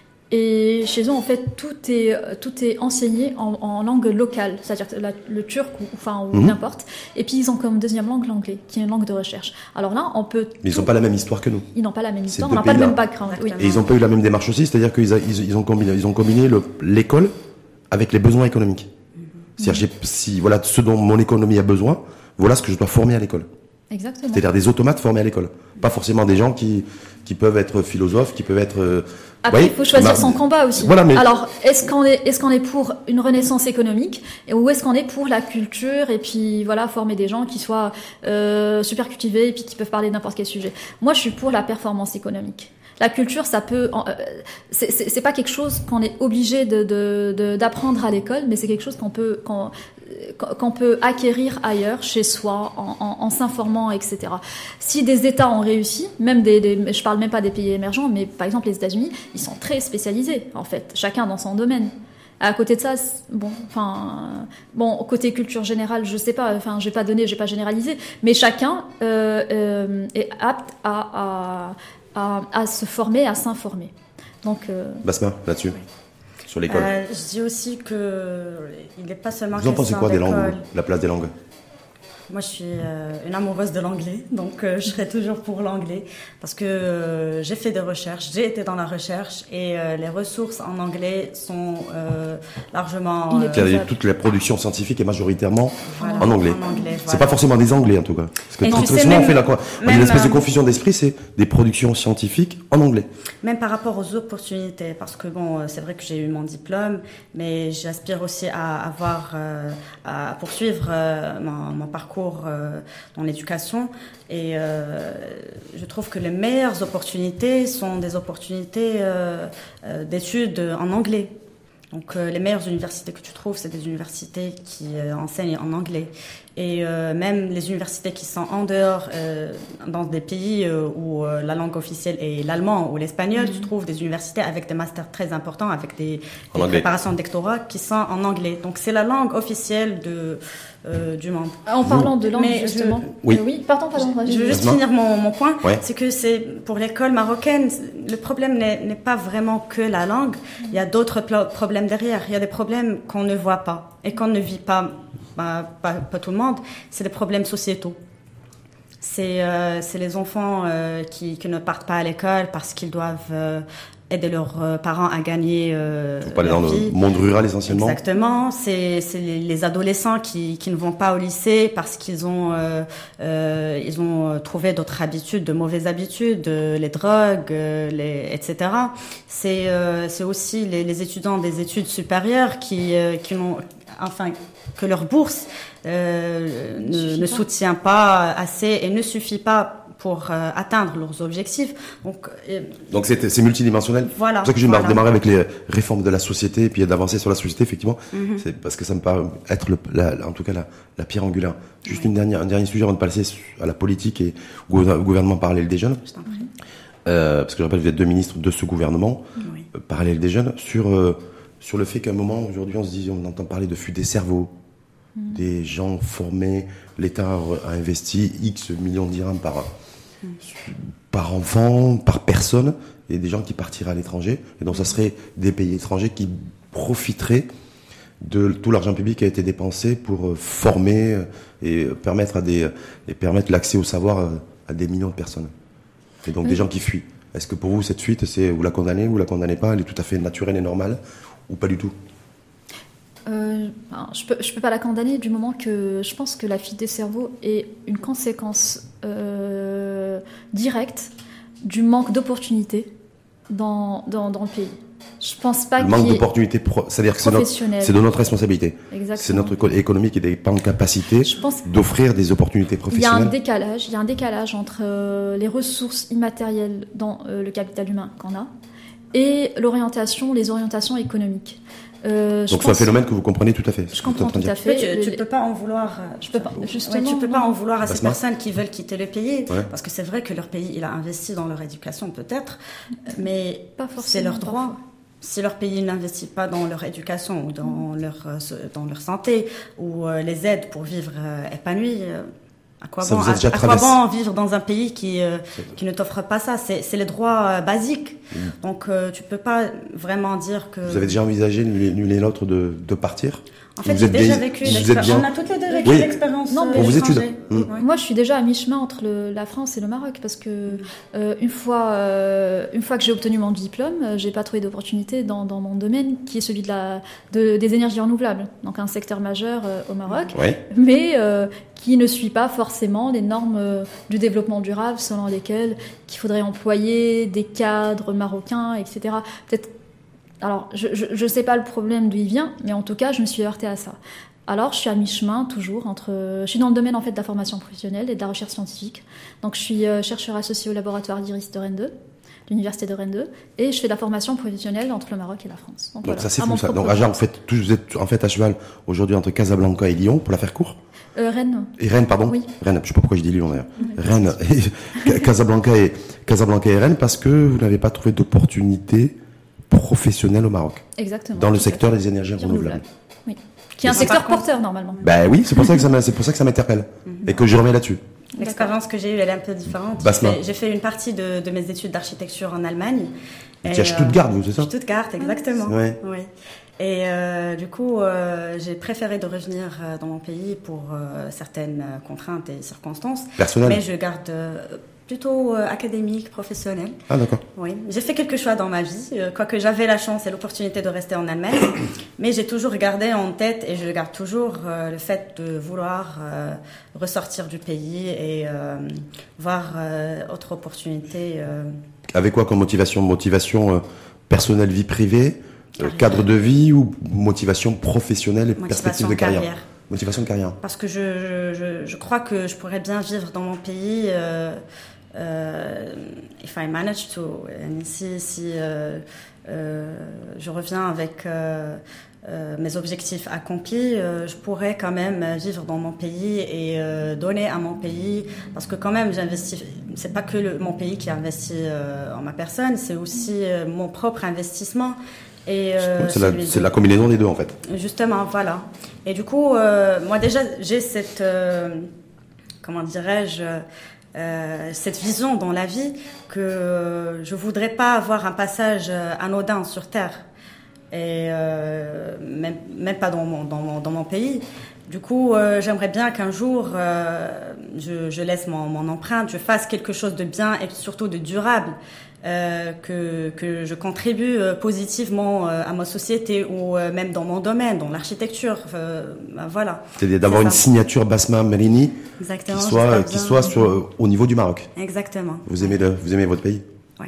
S2: Et chez eux, en fait, tout est, tout est enseigné en, en langue locale, c'est-à-dire la, le turc ou, enfin, ou mmh. n'importe. Et puis, ils ont comme deuxième langue l'anglais, qui est une langue de recherche. Alors là, on peut...
S1: Mais ils n'ont pas la même histoire que nous.
S2: Ils n'ont pas la même histoire, on n'a pas le même background. Oui.
S1: Et ils n'ont pas eu la même démarche aussi, c'est-à-dire qu'ils ils, ils ont combiné, ils ont combiné le, l'école avec les besoins économiques. Mmh. C'est-à-dire, j'ai, si, voilà, ce dont mon économie a besoin, voilà ce que je dois former à l'école.
S2: Exactement.
S1: C'est-à-dire des automates formés à l'école. Pas forcément des gens qui, qui peuvent être philosophes, qui peuvent être... Euh,
S2: Après,
S1: oui,
S2: il faut choisir
S1: ma...
S2: son combat aussi.
S1: Voilà, mais...
S2: Alors, est-ce qu'on est, est-ce qu'on est pour une renaissance économique ou est-ce qu'on est pour la culture et puis, voilà, former des gens qui soient euh, super cultivés et puis qui peuvent parler de n'importe quel sujet. Moi, je suis pour la performance économique. La culture, ça peut, euh, c'est, c'est, c'est pas quelque chose qu'on est obligé de, de, de, d'apprendre à l'école, mais c'est quelque chose qu'on peut, qu'on, qu'on peut acquérir ailleurs, chez soi, en, en, en s'informant, et cetera. Si des États ont réussi, même des, des, je parle même pas des pays émergents, mais par exemple les États-Unis, ils sont très spécialisés, en fait, chacun dans son domaine. À côté de ça, bon, enfin, bon, côté culture générale, je sais pas, enfin, j'ai pas donné, j'ai pas généralisé, mais chacun euh, euh, est apte à, à À, à se former, à s'informer. Donc, euh...
S1: Basma, là-dessus, oui. Sur l'école.
S3: Euh, je dis aussi que il n'est pas seulement.
S1: Vous en pensez quoi des langues, la place des langues?
S3: Moi, je suis euh, une amoureuse de l'anglais, donc euh, je serai toujours pour l'anglais parce que euh, j'ai fait des recherches, j'ai été dans la recherche et euh, les ressources en anglais sont euh, largement.
S1: Euh, toute la production scientifique est majoritairement
S3: voilà,
S1: en anglais.
S3: En anglais
S1: c'est
S3: voilà.
S1: pas forcément des anglais en tout cas. Parce que très, très souvent on fait la, on a une espèce de confusion d'esprit, c'est des productions scientifiques en anglais.
S3: Même par rapport aux opportunités, parce que bon, c'est vrai que j'ai eu mon diplôme, mais j'aspire aussi à avoir, euh, à poursuivre euh, mon, mon parcours dans l'éducation et euh, je trouve que les meilleures opportunités sont des opportunités euh, d'études en anglais. Donc euh, les meilleures universités que tu trouves, c'est des universités qui euh, enseignent en anglais. Et euh, même les universités qui sont en dehors, euh, dans des pays euh, où euh, la langue officielle est l'allemand ou l'espagnol, mmh. tu trouves des universités avec des masters très importants, avec des, des préparations de doctorat qui sont en anglais. Donc c'est la langue officielle de, euh, du monde.
S2: En parlant de langue, mais justement.
S3: Je, oui. Euh, oui, pardon, pardon. Je veux juste finir mon, mon point. Ouais. C'est que c'est pour l'école marocaine, le problème n'est, n'est pas vraiment que la langue. Il y a d'autres pl- problèmes derrière. Il y a des problèmes qu'on ne voit pas et qu'on ne vit pas. Bah, pas, pas tout le monde, c'est des problèmes sociétaux. C'est, euh, c'est les enfants euh, qui, qui ne partent pas à l'école parce qu'ils doivent euh, aider leurs euh, parents à gagner euh,
S1: Faut pas aller dans vie. Le monde rural essentiellement.
S3: Exactement. C'est, c'est les, les adolescents qui, qui ne vont pas au lycée parce qu'ils ont, euh, euh, ils ont trouvé d'autres habitudes, de mauvaises habitudes, euh, les drogues, euh, les, et cetera. C'est, euh, c'est aussi les, les étudiants des études supérieures qui, euh, qui n'ont, enfin, que leur bourse euh, ne, ne soutient pas assez et ne suffit pas pour euh, atteindre leurs objectifs. Donc, euh,
S1: Donc c'est, c'est multidimensionnel.
S3: Voilà.
S1: C'est pour ça que je vais
S3: voilà.
S1: démarrer avec les réformes de la société et puis d'avancer sur la société, effectivement. Mm-hmm. C'est parce que ça me paraît être, le, la, en tout cas, la, la pierre angulaire. Juste oui. une dernière, un dernier sujet avant de passer à la politique et au gouvernement parallèle des jeunes.
S3: Je t'en prie.
S1: Euh, parce que je rappelle, vous êtes deux ministres de ce gouvernement
S3: oui.
S1: euh, parallèle des jeunes sur... Euh, sur le fait qu'à un moment, aujourd'hui, on se dit, on entend parler de fuite des cerveaux, mmh. des gens formés, l'État a investi X millions de dirhams par, mmh. par enfant, par personne, et des gens qui partiraient à l'étranger. Et donc, ça serait des pays étrangers qui profiteraient de tout l'argent public qui a été dépensé pour former et permettre, à des, et permettre l'accès au savoir à des millions de personnes. Et donc, mmh. des gens qui fuient. Est-ce que pour vous, cette fuite, c'est, vous la condamnez, vous la condamnez pas, elle est tout à fait naturelle et normale? Ou pas du tout?
S2: euh, Je peux, je peux pas la condamner du moment que je pense que la fuite des cerveaux est une conséquence euh, directe du manque d'opportunités dans, dans, dans le pays. Je pense pas
S1: le
S2: qu'il
S1: manque d'opportunités, pro- c'est-à-dire que c'est, notre, c'est de notre responsabilité.
S2: Exactement.
S1: C'est notre éco- économie qui n'est pas en capacité d'offrir des opportunités professionnelles.
S2: Il y a un décalage, il y a un décalage entre euh, les ressources immatérielles dans euh, le capital humain qu'on a et l'orientation, les orientations économiques.
S1: Euh, Donc c'est un phénomène que vous comprenez tout à fait.
S2: Je comprends tout à fait.
S3: Tu, tu peux pas en vouloir.
S2: Je peux pas. Justement,
S3: ouais, tu peux
S2: non.
S3: pas en vouloir à
S1: Basma.
S3: ces personnes qui veulent quitter le pays,
S1: ouais.
S3: parce que c'est vrai que leur pays il a investi dans leur éducation peut-être, mais
S2: pas forcément,
S3: c'est leur droit.
S2: Parfois.
S3: Si leur pays n'investit pas dans leur éducation ou dans mmh. leur dans leur santé ou euh, les aide pour vivre euh, épanoui. Euh, À quoi, bon, à, à quoi bon vivre dans un pays qui, euh, qui ne t'offre pas ça? C'est, c'est les droits euh, basiques. Mmh. Donc, euh, tu peux pas vraiment dire que...
S1: Vous avez déjà envisagé, l'une et l'autre, de, de partir?
S3: En fait, j'ai déjà vécu l'expérience. On a toutes les deux vécu oui. l'expérience.
S2: Non,
S1: pour vos études.
S2: Mmh. Ouais. Moi, je suis déjà à mi-chemin entre le, la France et le Maroc parce que euh, une fois, euh, une fois que j'ai obtenu mon diplôme, euh, j'ai pas trouvé d'opportunité dans, dans mon domaine qui est celui de la, de, des énergies renouvelables. Donc, un secteur majeur euh, au Maroc,
S1: ouais.
S2: mais euh, qui ne suit pas forcément les normes euh, du développement durable selon lesquelles qu'il faudrait employer des cadres marocains, et cetera. Peut-être. Alors, je ne sais pas le problème d'où il vient, mais en tout cas, je me suis heurtée à ça. Alors, je suis à mi-chemin, toujours, entre... Je suis dans le domaine, en fait, de la formation professionnelle et de la recherche scientifique. Donc, je suis euh, chercheur associé au laboratoire d'Iris de Rennes deux, l'université de Rennes deux, et je fais de la formation professionnelle entre le Maroc et la France. Donc,
S1: Donc
S2: voilà,
S1: ça, c'est fou, ça. Donc, Aja, vous, faites, vous êtes en fait à cheval, aujourd'hui, entre Casablanca et Lyon, pour la faire court
S2: euh, Rennes.
S1: Et Rennes, pardon
S2: Oui.
S1: Rennes, je sais pas pourquoi je dis Lyon, d'ailleurs. Oui. Rennes et Casablanca et, Casablanca et Rennes, parce que vous n'avez pas trouvé d'opportunité professionnel au Maroc.
S2: Exactement.
S1: Dans le secteur des énergies renouvelables.
S2: Oui. Qui est un secteur porteur normalement.
S1: Ben oui, c'est pour ça que ça, c'est pour ça que ça m'interpelle mm-hmm. et que je remets là-dessus.
S3: L'expérience que j'ai eue, elle est un peu différente.
S1: Basma.
S3: J'ai fait, j'ai fait une partie de, de mes études d'architecture en Allemagne.
S1: Tu es à Stuttgart, euh, vous, c'est ça?
S3: Stuttgart, exactement.
S1: Ouais.
S3: Oui. Et euh, du coup, euh, j'ai préféré de revenir dans mon pays pour euh, certaines contraintes et circonstances.
S1: Personnelles.
S3: Mais je garde euh, plutôt euh, académique, professionnel.
S1: Ah d'accord.
S3: Oui, j'ai fait quelques choix dans ma vie, euh, quoique j'avais la chance et l'opportunité de rester en Allemagne, mais j'ai toujours gardé en tête, et je le garde toujours, euh, le fait de vouloir euh, ressortir du pays et euh, voir euh, autre opportunité. Euh...
S1: Avec quoi comme motivation? Motivation euh, personnelle, vie privée, euh, cadre de vie, ou motivation professionnelle et
S3: motivation
S1: perspective de carrière,
S3: carrière.
S1: Motivation de carrière.
S3: Parce que je, je, je crois que je pourrais bien vivre dans mon pays euh, euh, if I manage to. Si, si euh, euh, je reviens avec euh, euh, mes objectifs accomplis, euh, je pourrais quand même vivre dans mon pays et euh, donner à mon pays, parce que quand même j'investis. C'est pas que le, mon pays qui investit euh, en ma personne, c'est aussi euh, mon propre investissement. Et euh,
S1: c'est, la, c'est la combinaison des deux en fait.
S3: Justement, voilà. Et du coup, euh, moi déjà j'ai cette, euh, comment dirais-je, euh, cette vision dans la vie que euh, je voudrais pas avoir un passage anodin sur terre. Et euh, même, même pas dans mon, dans mon, dans mon pays. Du coup, euh, j'aimerais bien qu'un jour, euh, je, je laisse mon, mon empreinte, je fasse quelque chose de bien et surtout de durable, euh, que, que je contribue positivement à ma société ou même dans mon domaine, dans l'architecture. Euh, ben voilà.
S1: C'est-à-dire d'avoir
S3: C'est
S1: une signature Basma Merini
S3: Exactement,
S1: qui soit, qui soit sur, au niveau du Maroc.
S3: Exactement.
S1: Vous aimez, le, vous aimez votre pays?
S3: Oui.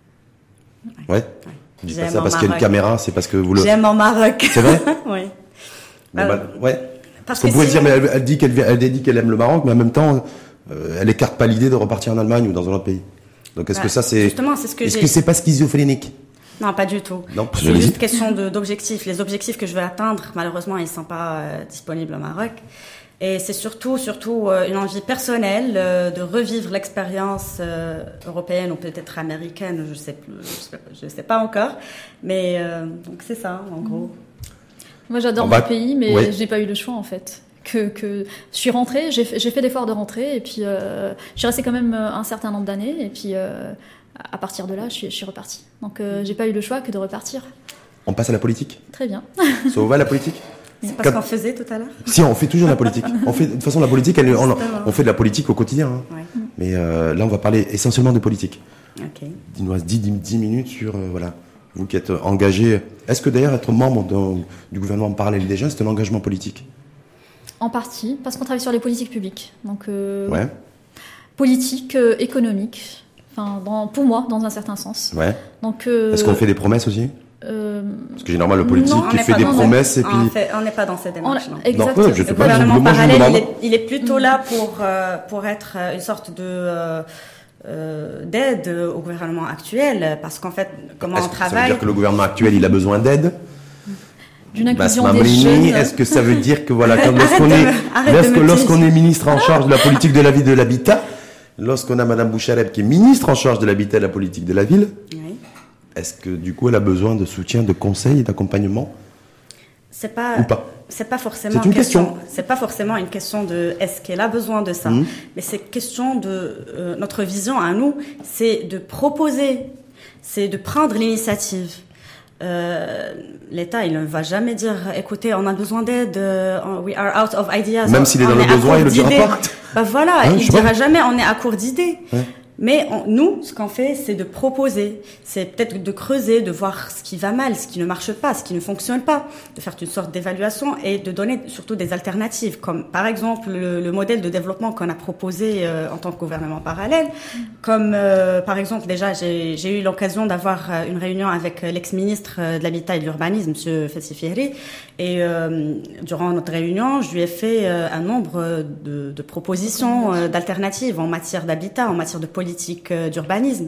S1: Ouais. ouais. Je dis pas ça parce qu'il y a une caméra, c'est parce que vous le...
S3: J'aime mon Maroc.
S1: C'est vrai?
S3: Oui.
S1: Bon, bah, ouais. Parce, parce
S3: que
S1: qu'on pourrait
S3: si
S1: dire, mais elle, elle dit qu'elle, elle dit qu'elle aime le Maroc, mais en même temps, euh, elle écarte pas l'idée de repartir en Allemagne ou dans un autre pays. Donc est-ce bah, que ça c'est...
S3: Justement, c'est ce que
S1: Est-ce
S3: j'ai...
S1: que c'est pas schizophrénique?
S3: Non, pas du tout.
S1: Non,
S3: c'est juste question de, d'objectifs. Les objectifs que je veux atteindre, malheureusement, ils sont pas euh, disponibles au Maroc. Et c'est surtout, surtout euh, une envie personnelle euh, de revivre l'expérience euh, européenne ou peut-être américaine, je sais plus, je sais, je sais pas encore. Mais euh, donc c'est ça, en gros.
S2: Moi, j'adore
S1: va...
S2: mon pays, mais
S1: ouais.
S2: j'ai pas eu le choix en fait. Que, que je suis rentrée, j'ai fait, j'ai fait l'effort de rentrer, et puis euh, je suis restée quand même un certain nombre d'années, et puis euh, à partir de là, je suis, je suis repartie. Donc euh, j'ai pas eu le choix que de repartir.
S1: On passe à la politique.
S2: Très bien.
S1: Ça vous va la politique?
S3: C'est pas ce qu'on faisait tout à l'heure.
S1: Si, on fait toujours la politique. On fait, de toute façon, la politique, elle, on, on fait de la politique au quotidien. Hein.
S3: Ouais.
S1: Mais euh, là, on va parler essentiellement de politique.
S3: Ok.
S1: Il nous reste dix minutes sur, euh, voilà, vous qui êtes engagé. Est-ce que d'ailleurs, être membre d'un, du gouvernement parallèle des jeunes, c'est un engagement politique?
S2: En partie, parce qu'on travaille sur les politiques publiques. Donc, euh,
S1: ouais.
S2: politique, euh, économique, enfin, dans, pour moi, dans un certain sens.
S1: Ouais.
S2: Donc, euh,
S1: est-ce qu'on fait des promesses aussi?
S2: Euh,
S1: Parce que généralement le politique
S2: non,
S1: qui fait des promesses et puis
S3: on n'est pas dans cette démarche.
S2: On,
S3: non.
S2: Exactement.
S1: Non, je sais
S3: le
S1: pas,
S3: gouvernement
S1: je,
S3: parallèle,
S1: moi, je
S3: il, est, il est plutôt mmh. là pour euh, pour être une sorte de euh, euh, d'aide au gouvernement actuel, parce qu'en fait, comment
S1: est-ce
S3: on
S1: que
S3: travaille.
S1: Ça veut dire que le gouvernement actuel il a besoin d'aide?
S2: D'une inclusion
S1: Basma
S2: des
S1: Merini,
S2: jeunes.
S1: est-ce que ça veut dire que voilà, quand lorsqu'on
S3: de,
S1: est lorsque, lorsqu'on est ministre en charge de la politique de la ville de l'habitat, lorsqu'on a Madame Bouchareb qui est ministre en charge de l'habitat et de la politique de la ville.
S3: Oui.
S1: Est-ce que du coup elle a besoin de soutien, de conseils et d'accompagnement?
S3: C'est pas,
S1: ou pas
S3: c'est pas forcément
S1: c'est une question.
S3: question. C'est pas forcément une question de est-ce qu'elle a besoin de ça, mmh. mais c'est question de euh, notre vision à nous, c'est de proposer, c'est de prendre l'initiative. Euh, L'État, il ne va jamais dire, écoutez, on a besoin d'aide, uh, we are out of ideas.
S1: Même s'il est dans le besoin, il le dira pas.
S3: Bah voilà,
S1: hein,
S3: il dira pas. jamais, on est à court d'idées.
S1: Ouais.
S3: Mais on, nous, ce qu'on fait, c'est de proposer, c'est peut-être de creuser, de voir ce qui va mal, ce qui ne marche pas, ce qui ne fonctionne pas, de faire une sorte d'évaluation et de donner surtout des alternatives, comme par exemple le, le modèle de développement qu'on a proposé euh, en tant que gouvernement parallèle, comme euh, par exemple déjà j'ai, j'ai eu l'occasion d'avoir une réunion avec l'ex-ministre de l'Habitat et de l'Urbanisme, Monsieur Fessi Fihri, et euh, durant notre réunion, je lui ai fait euh, un nombre de, de propositions, euh, d'alternatives en matière d'habitat, en matière de politique d'urbanisme.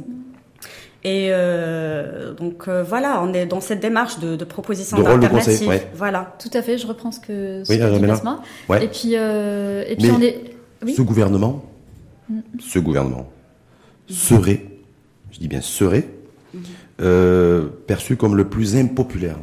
S3: Et euh, donc euh, voilà, on est dans cette démarche de, de proposition
S1: de
S3: d'alternative.
S1: Conseil, ouais.
S3: Voilà.
S2: Tout à fait, je reprends ce que, ce
S1: oui,
S2: que dit Basma.
S1: Ouais.
S2: Et puis, euh, et puis on est. Oui.
S1: Ce gouvernement, mm. ce gouvernement mm. serait, je dis bien serait, mm. euh, perçu comme le plus impopulaire.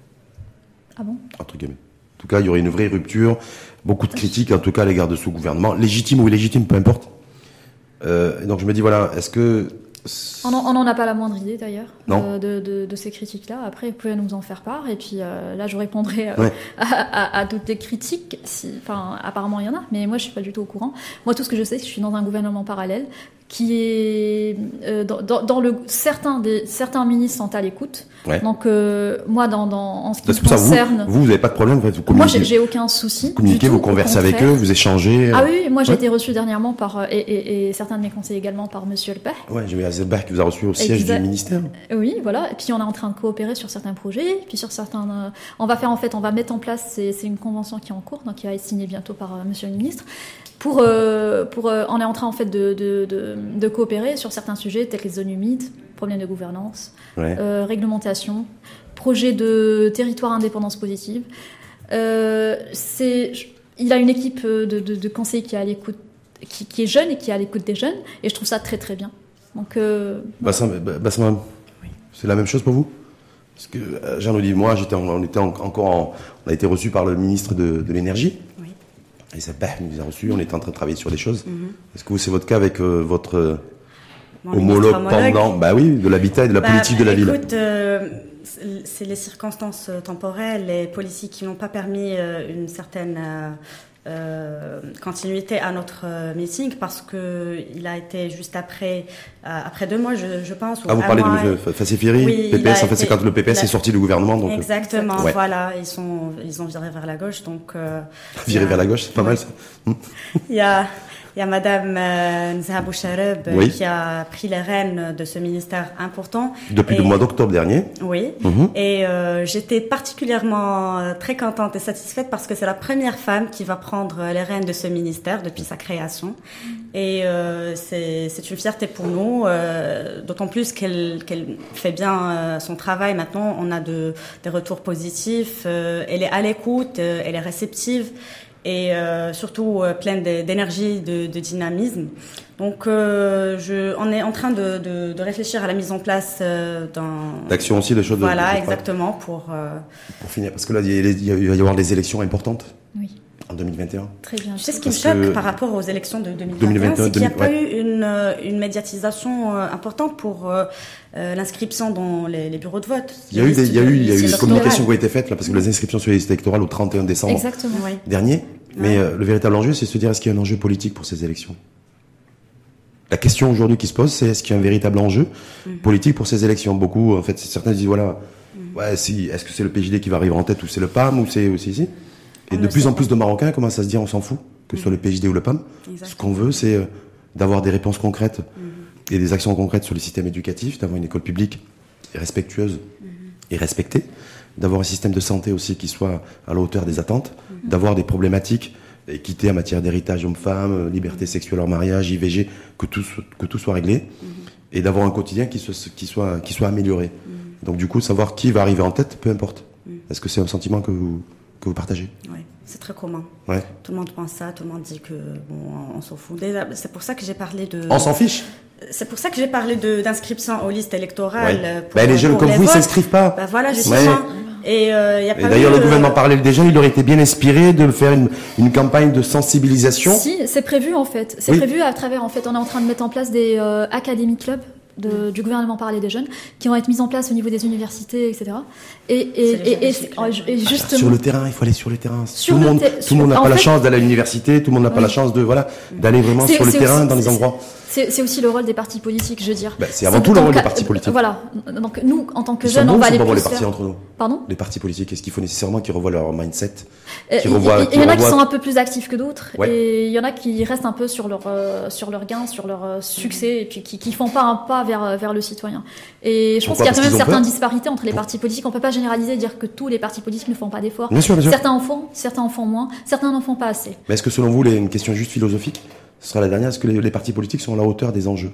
S2: Ah bon?
S1: Entre guillemets. En tout cas, il y aurait une vraie rupture, beaucoup de critiques en tout cas à l'égard de ce gouvernement, légitime ou illégitime, peu importe. Euh, donc je me dis voilà, est-ce que
S2: on n'en a pas la moindre idée d'ailleurs
S1: euh,
S2: de, de, de ces critiques-là. Après, vous pouvez nous en faire part et puis euh, là je répondrai euh,
S1: ouais.
S2: à, à, à toutes les critiques. Si, enfin, apparemment il y en a, mais moi je suis pas du tout au courant. Moi tout ce que je sais, c'est que je suis dans un gouvernement parallèle qui est euh, dans, dans, dans le certains des certains ministres sont à l'écoute.
S1: Ouais.
S2: Donc euh, moi dans, dans en ce qui
S1: me concerne, vous vous n'avez pas de problème, vous communiquez.
S2: Moi j'ai, j'ai aucun souci.
S1: Vous communiquez, vous conversez avec eux, vous échangez.
S2: Ah oui, moi j'ai
S1: ouais.
S2: été reçue dernièrement par et, et, et certains de mes conseillers également par Monsieur Le Père.
S1: Ouais, j'ai vu Azebach qui vous a reçu au siège
S2: Exact.
S1: du ministère.
S2: Oui, voilà. Et puis on est en train de coopérer sur certains projets, puis sur certains. Euh, on va faire en fait, on va mettre en place. C'est, c'est une convention qui est en cours, donc qui va être signée bientôt par euh, Monsieur le ministre. Pour, euh, pour, euh, on est en train en fait de, de, de, de coopérer sur certains sujets tels que les zones humides, problème de gouvernance,
S1: Ouais.
S2: euh, réglementation, projet de territoire indépendance positive. Euh, c'est, il a une équipe de, de, de conseillers qui est à l'écoute, qui, qui est jeune et qui est à l'écoute des jeunes, et je trouve ça très très bien. Donc, euh,
S1: Bassam, Bassam, oui. C'est la même chose pour vous? Parce que euh, Jean nous dit, moi, j'étais, en, on était en, encore, en, on a été reçu par le ministre de, de l'énergie.
S3: Oui.
S1: Et ça, bah, il nous a reçus. On était en train de travailler sur des choses.
S3: Mm-hmm.
S1: Est-ce que vous, c'est votre cas avec euh, votre euh,
S3: Mon
S1: homologue,
S3: homologue
S1: pendant, bah oui, de l'habitat et de la
S3: bah,
S1: politique de la ville?
S3: Écoute, euh, c'est les circonstances temporelles, les politiques qui n'ont pas permis euh, une certaine euh, euh, continuité à notre euh, meeting, parce que il a été juste après, euh, après deux mois, je, je pense.
S1: Ah, vous parlez
S3: mois,
S1: de Facefiri,
S3: oui,
S1: P P S. En fait,
S3: été,
S1: c'est quand le P P S
S3: a,
S1: est sorti du gouvernement. Donc,
S3: exactement.
S1: ouais.
S3: Voilà, ils sont, ils ont viré vers la gauche, donc. Euh,
S1: viré
S3: a,
S1: vers la gauche, c'est pas
S3: ouais.
S1: mal ça.
S3: Il y a. Il y a Madame euh, Nzah Bouchareb
S1: oui.
S3: qui a pris les rênes de ce ministère important.
S1: Depuis
S3: et,
S1: le mois d'octobre dernier.
S3: Oui.
S1: Mm-hmm.
S3: Et euh, j'étais particulièrement euh, très contente et satisfaite parce que c'est la première femme qui va prendre les rênes de ce ministère depuis sa création. Et euh, c'est, c'est une fierté pour nous, euh, d'autant plus qu'elle, qu'elle fait bien euh, son travail. Maintenant, on a de, des retours positifs. Euh, elle est à l'écoute, euh, elle est réceptive. Et euh, surtout euh, pleine d'énergie, de, de dynamisme. Donc, euh, je, on est en train de, de, de réfléchir à la mise en place euh, d'un...
S1: D'action aussi, des choses...
S3: Voilà,
S1: de,
S3: exactement, pour... Euh...
S1: Pour finir, parce que là, il va y avoir des élections importantes.
S2: Oui.
S1: En deux mille vingt et un.
S2: Très bien.
S3: Tu sais ce qui me
S1: Parce
S3: choque
S1: que...
S3: par rapport aux élections de deux mille vingt et un,
S1: deux mille vingt et un
S3: c'est qu'il n'y a pas
S1: ouais.
S3: eu une, une médiatisation euh, importante pour euh, euh, l'inscription dans les, les bureaux de vote.
S1: Il y a eu des, il y a eu, il y a eu des communications qui ont
S3: ouais.
S1: été faites là, parce que les inscriptions sur les listes électorales au trente et un décembre
S2: Exactement.
S3: Oui.
S1: dernier. Mais
S3: ouais.
S1: euh, le véritable enjeu, c'est de se dire, est-ce qu'il y a un enjeu politique pour ces élections? La question aujourd'hui qui se pose, c'est est-ce qu'il y a un véritable enjeu mm-hmm. politique pour ces élections? Beaucoup, en fait, certains disent, voilà, mm-hmm. ouais, si, est-ce que c'est le P J D qui va arriver en tête, ou c'est le P A M, ou c'est aussi ici? Et on de plus en plus de Marocains commencent à se dire, on s'en fout, que ce soit le P J D ou le P A M. Exactement. Ce qu'on veut, c'est euh, d'avoir des réponses concrètes mm-hmm. et des actions concrètes sur le système éducatif, d'avoir une école publique respectueuse mm-hmm. et respectée, d'avoir un système de santé aussi qui soit à la hauteur des attentes, mm-hmm. d'avoir des problématiques équité en matière d'héritage homme-femme, liberté sexuelle hors mariage, I V G, que tout, que tout soit réglé, mm-hmm. et d'avoir un quotidien qui soit, qui soit, qui soit amélioré. Mm-hmm. Donc du coup, savoir qui va arriver en tête, peu importe. Mm-hmm. Est-ce que c'est un sentiment que vous, que vous partagez?
S3: Oui, c'est très commun.
S1: Ouais.
S3: Tout le monde pense ça, tout le monde dit que bon, on s'en fout. Déjà, c'est pour ça que j'ai parlé de...
S1: On s'en fiche?
S3: C'est pour ça que j'ai parlé de, d'inscription aux listes électorales.
S1: Ouais.
S3: Pour,
S1: bah, les jeunes comme les vous, ils s'inscrivent pas.
S3: Bah, voilà, justement.
S1: Ouais.
S3: Et, euh, y a pas
S1: et d'ailleurs,
S3: eu,
S1: le gouvernement parallèle des jeunes, il aurait été bien inspiré de faire une, une campagne de sensibilisation.
S2: Si, c'est prévu en fait. C'est
S1: oui.
S2: prévu à travers, en fait, on est en train de mettre en place des euh, académies clubs de, du gouvernement parallèle des jeunes qui vont être mises en place au niveau des universités, et cetera. Et, et, et, et, et, et justement...
S1: Sur le terrain, il faut aller sur le terrain.
S2: Sur
S1: tout le monde,
S2: ter-
S1: tout le monde n'a pas
S2: fait,
S1: la chance d'aller à l'université, tout le monde n'a oui. pas la chance de, voilà, d'aller vraiment sur le terrain,
S2: aussi,
S1: dans les endroits.
S2: C'est, c'est aussi le rôle des partis politiques, je veux dire.
S1: Bah, c'est avant c'est tout le rôle des partis politiques.
S2: Voilà. Donc nous, en tant que
S1: Ils
S2: jeunes, on va aller
S1: plus
S2: les
S1: partis
S2: faire...
S1: entre nous.
S2: Pardon?
S1: Les partis politiques, est-ce qu'il faut nécessairement qu'ils revoient leur mindset?
S2: Il y,
S1: revoient,
S2: y, y en a qui sont un peu plus actifs que d'autres,
S1: ouais.
S2: et il y en a qui restent un peu sur leur euh, sur leur gain, sur leur euh, succès, et puis qui qui font pas un pas vers vers le citoyen. Et je
S1: Pourquoi?
S2: pense qu'il y a quand même certaines
S1: peur?
S2: disparités entre les partis politiques. On peut pas généraliser et dire que tous les partis politiques ne font pas d'efforts.
S1: Bien sûr, bien sûr.
S2: Certains en font, certains en font moins, certains n'en font pas assez.
S1: Mais est-ce que selon vous, les, une question juste philosophique, ce sera la dernière, est-ce que les, les partis politiques sont à la hauteur des enjeux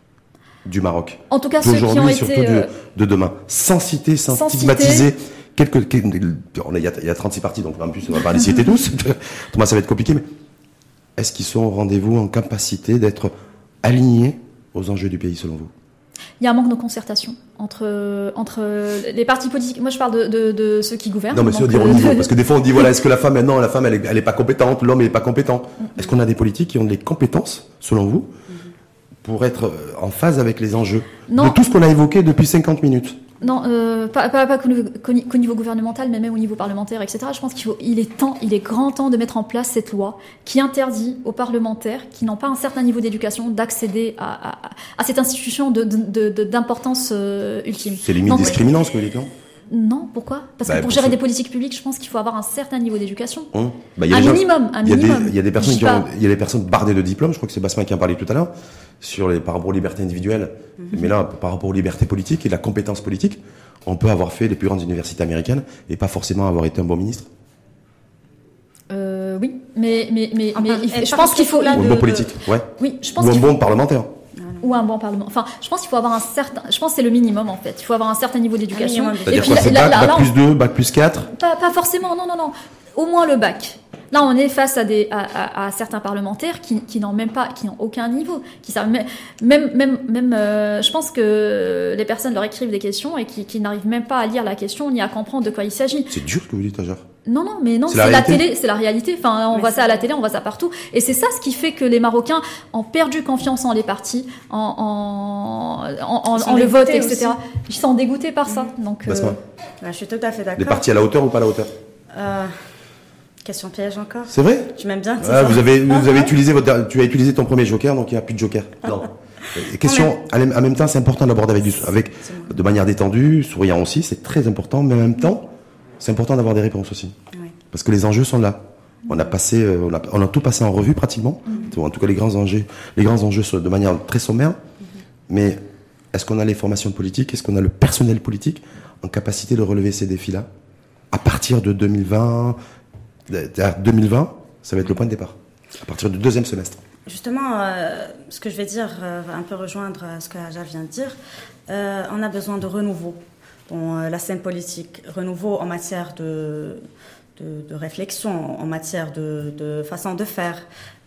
S1: du Maroc?
S2: En tout cas, ceux qui ont été...
S1: surtout euh, de, de demain. Sans citer, sans, sans stigmatiser... Citer. Quelques, quelques, il y a, il y a trente-six partis, donc en plus, on va pas les citer tous. Thomas, ça va être compliqué, mais est-ce qu'ils sont au rendez-vous, en capacité d'être alignés aux enjeux du pays, selon vous?
S2: Il y a un manque de concertation entre, entre les partis politiques. Moi, je parle de, de, de ceux qui gouvernent.
S1: Non, mais ceux dire au niveau, parce que des fois, on dit, voilà, est-ce que la femme, maintenant, la femme, elle est, elle est pas compétente, l'homme, il est pas compétent. Mm-hmm. Est-ce qu'on a des politiques qui ont des compétences, selon vous, mm-hmm. pour être en phase avec les enjeux non. de tout ce qu'on a évoqué depuis cinquante minutes?
S2: Non, euh, pas, pas, pas qu'au niveau gouvernemental, mais même au niveau parlementaire, et cetera. Je pense qu'il faut, il est temps, il est grand temps de mettre en place cette loi qui interdit aux parlementaires qui n'ont pas un certain niveau d'éducation d'accéder à, à, à cette institution de, de, de, d'importance euh, ultime.
S1: C'est limite discriminant, ce que vous dites, non?
S2: Non, pourquoi? Parce
S1: bah,
S2: que pour,
S1: pour
S2: gérer
S1: ça.
S2: des politiques publiques, je pense qu'il faut avoir un certain niveau d'éducation.
S1: Hum. Bah,
S2: un,
S1: gens,
S2: minimum, un
S1: y a
S2: minimum,
S1: Il y a des personnes qui ont, il y a des personnes bardées de diplômes. Je crois que c'est Basma qui en parlait tout à l'heure sur les par rapport aux libertés individuelles. Mm-hmm. Mais là, par rapport aux libertés politiques et la compétence politique, on peut avoir fait les plus grandes universités américaines et pas forcément avoir été un bon ministre.
S2: Euh, oui, mais mais mais,
S3: enfin,
S2: mais il, je pense qu'il faut
S1: ou un bon politique, ouais.
S2: Oui, je pense
S1: ou un
S2: qu'il
S1: bon
S2: faut...
S1: parlementaire.
S2: ou un bon parlement. Enfin, je pense qu'il faut avoir un certain, je pense que c'est le minimum en fait. Il faut avoir un certain niveau d'éducation.
S1: C'est-à-dire quoi, c'est bac, bac plus deux, bac plus quatre?
S2: Pas, pas forcément, non, non, non. Au moins le bac. Là, on est face à des à, à, à certains parlementaires qui, qui n'ont même pas, qui n'ont aucun niveau, qui savent même même même, même euh, je pense que les personnes leur écrivent des questions et qui, qui n'arrivent même pas à lire la question ni à comprendre de quoi il s'agit.
S1: C'est dur ce que vous dites, Hajar.
S2: Non, non, mais non, c'est, c'est la, la télé, c'est la réalité. Enfin, on mais voit ça à la télé, on voit ça partout, et c'est ça ce qui fait que les Marocains ont perdu confiance en les partis, en en en, en, en le vote, et cetera. Aussi. Ils sont dégoûtés par ça. Mmh. Donc,
S1: euh...
S3: je suis tout à fait d'accord.
S1: Les partis à la hauteur ou pas à la hauteur?
S3: Euh... Question piège encore.
S1: C'est vrai?
S3: Tu m'aimes bien.
S1: Ah, vous avez, vous avez utilisé votre, tu as utilisé ton premier joker, donc il n'y a plus de joker. Non. Question, mais... en même temps, c'est important d'aborder avec, du, avec de manière détendue, souriant aussi, c'est très important, mais en même temps, c'est important d'avoir des réponses aussi. Oui. Parce que les enjeux sont là. On a passé, on a, on a tout passé en revue pratiquement. Mm-hmm. En tout cas, les grands enjeux, les grands enjeux sont de manière très sommaire. Mm-hmm. Mais est-ce qu'on a les formations politiques? Est-ce qu'on a le personnel politique en capacité de relever ces défis-là? À partir de deux mille vingt, deux mille vingt, ça va être le point de départ, à partir du deuxième semestre.
S3: Justement, euh, ce que je vais dire euh, va un peu rejoindre ce que Hajar vient de dire. Euh, on a besoin de renouveau dans euh, la scène politique, renouveau en matière de, de, de réflexion, en matière de, de façon de faire.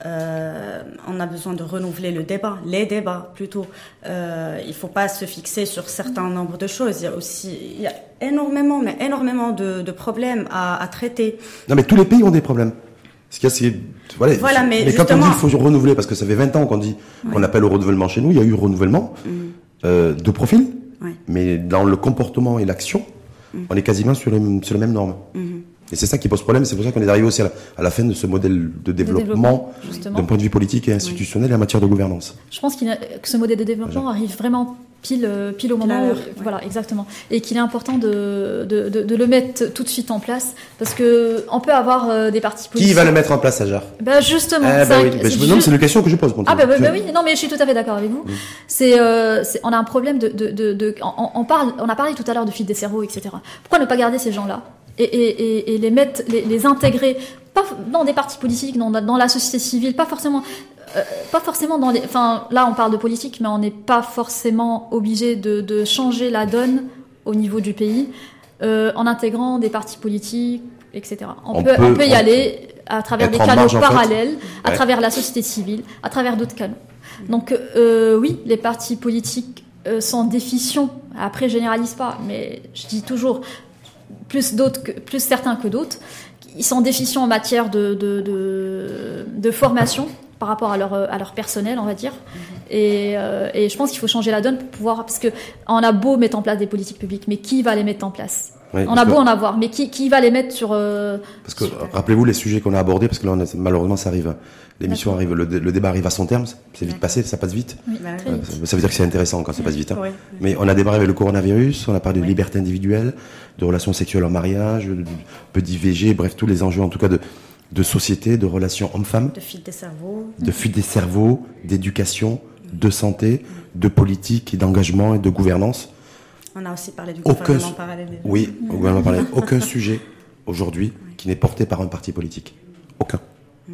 S3: Euh, on a besoin de renouveler le débat, les débats plutôt. Euh, il ne faut pas se fixer sur certains nombres de choses. Il y a aussi il y a énormément, mais énormément de, de problèmes à, à traiter.
S1: Non, mais tous les pays ont des problèmes. Ce qu'il y a, c'est, voilà,
S3: voilà, mais,
S1: mais quand on dit qu'il faut renouveler, parce que ça fait vingt ans qu'on dit ouais. qu'on appelle au renouvellement chez nous, il y a eu renouvellement mmh. euh, de profil, ouais. mais dans le comportement et l'action, mmh. on est quasiment sur, les, sur les mêmes normes. Mmh. Et c'est ça qui pose problème, c'est pour ça qu'on est arrivé aussi à la, à la fin de ce modèle de développement, de développement d'un point de vue politique et institutionnel oui. et en matière de gouvernance.
S2: Je pense qu'il a, que ce modèle de développement Déjà. arrive vraiment pile, pile au moment où, ouais. voilà, exactement. Et qu'il est important de, de, de, de le mettre tout de suite en place, parce que on peut avoir euh, des partis politiques.
S1: Qui va le mettre en place, Hajar?
S2: Ben justement.
S1: Eh ben oui. ben je me demande, c'est une question que je pose.
S2: Ah ben, ben, ben oui, non mais je suis tout à fait d'accord avec vous. Mmh. C'est, euh, c'est, on a un problème de, de, de, de on, on parle, on a parlé tout à l'heure de fuite des cerveaux, et cetera. Pourquoi ne pas garder ces gens-là? Et, et, et les mettre, les, les intégrer, pas dans des partis politiques, dans, dans la société civile, pas forcément, euh, pas forcément dans les. Enfin, là, on parle de politique, mais on n'est pas forcément obligé de, de changer la donne au niveau du pays euh, en intégrant des partis politiques, et cetera. On, on peut, peut, on peut y on aller à travers des canaux marge, parallèles, en fait. à ouais. travers la société civile, à travers d'autres canaux. Donc, euh, oui, les partis politiques euh, sont déficients. Après, je généralise pas, mais je dis toujours. Plus d'autres, que, plus certains que d'autres, ils sont déficients en matière de, de, de, de formation par rapport à leur, à leur personnel, on va dire. Mm-hmm. Et, euh, et je pense qu'il faut changer la donne pour pouvoir, parce que on a beau mettre en place des politiques publiques, mais qui va les mettre en place? Oui, on a beau que... en avoir, mais qui, qui va les mettre sur... Euh,
S1: parce que, sur... rappelez-vous les sujets qu'on a abordés, parce que là, on a, malheureusement, ça arrive, l'émission D'accord. arrive, le, le débat arrive à son terme, c'est vite passé, ça passe vite. Oui, bah, euh, vite. Ça veut dire que c'est intéressant quand ça passe vite. Hein. Oui, oui. Mais on a démarré avec le coronavirus, on a parlé oui. de liberté individuelle, de relations sexuelles en mariage, de, de peu d'I V G, bref, tous les enjeux, en tout cas, de, de société, de relations hommes-femmes.
S3: De fuite des cerveaux.
S1: De fuite des cerveaux, d'éducation, de santé, de politique et d'engagement et de gouvernance.
S3: On a aussi parlé du
S1: aucun,
S3: gouvernement parallèle.
S1: Oui, au gouvernement parallèle. Aucun sujet aujourd'hui oui. qui n'est porté par un parti politique. Aucun. Mm-hmm.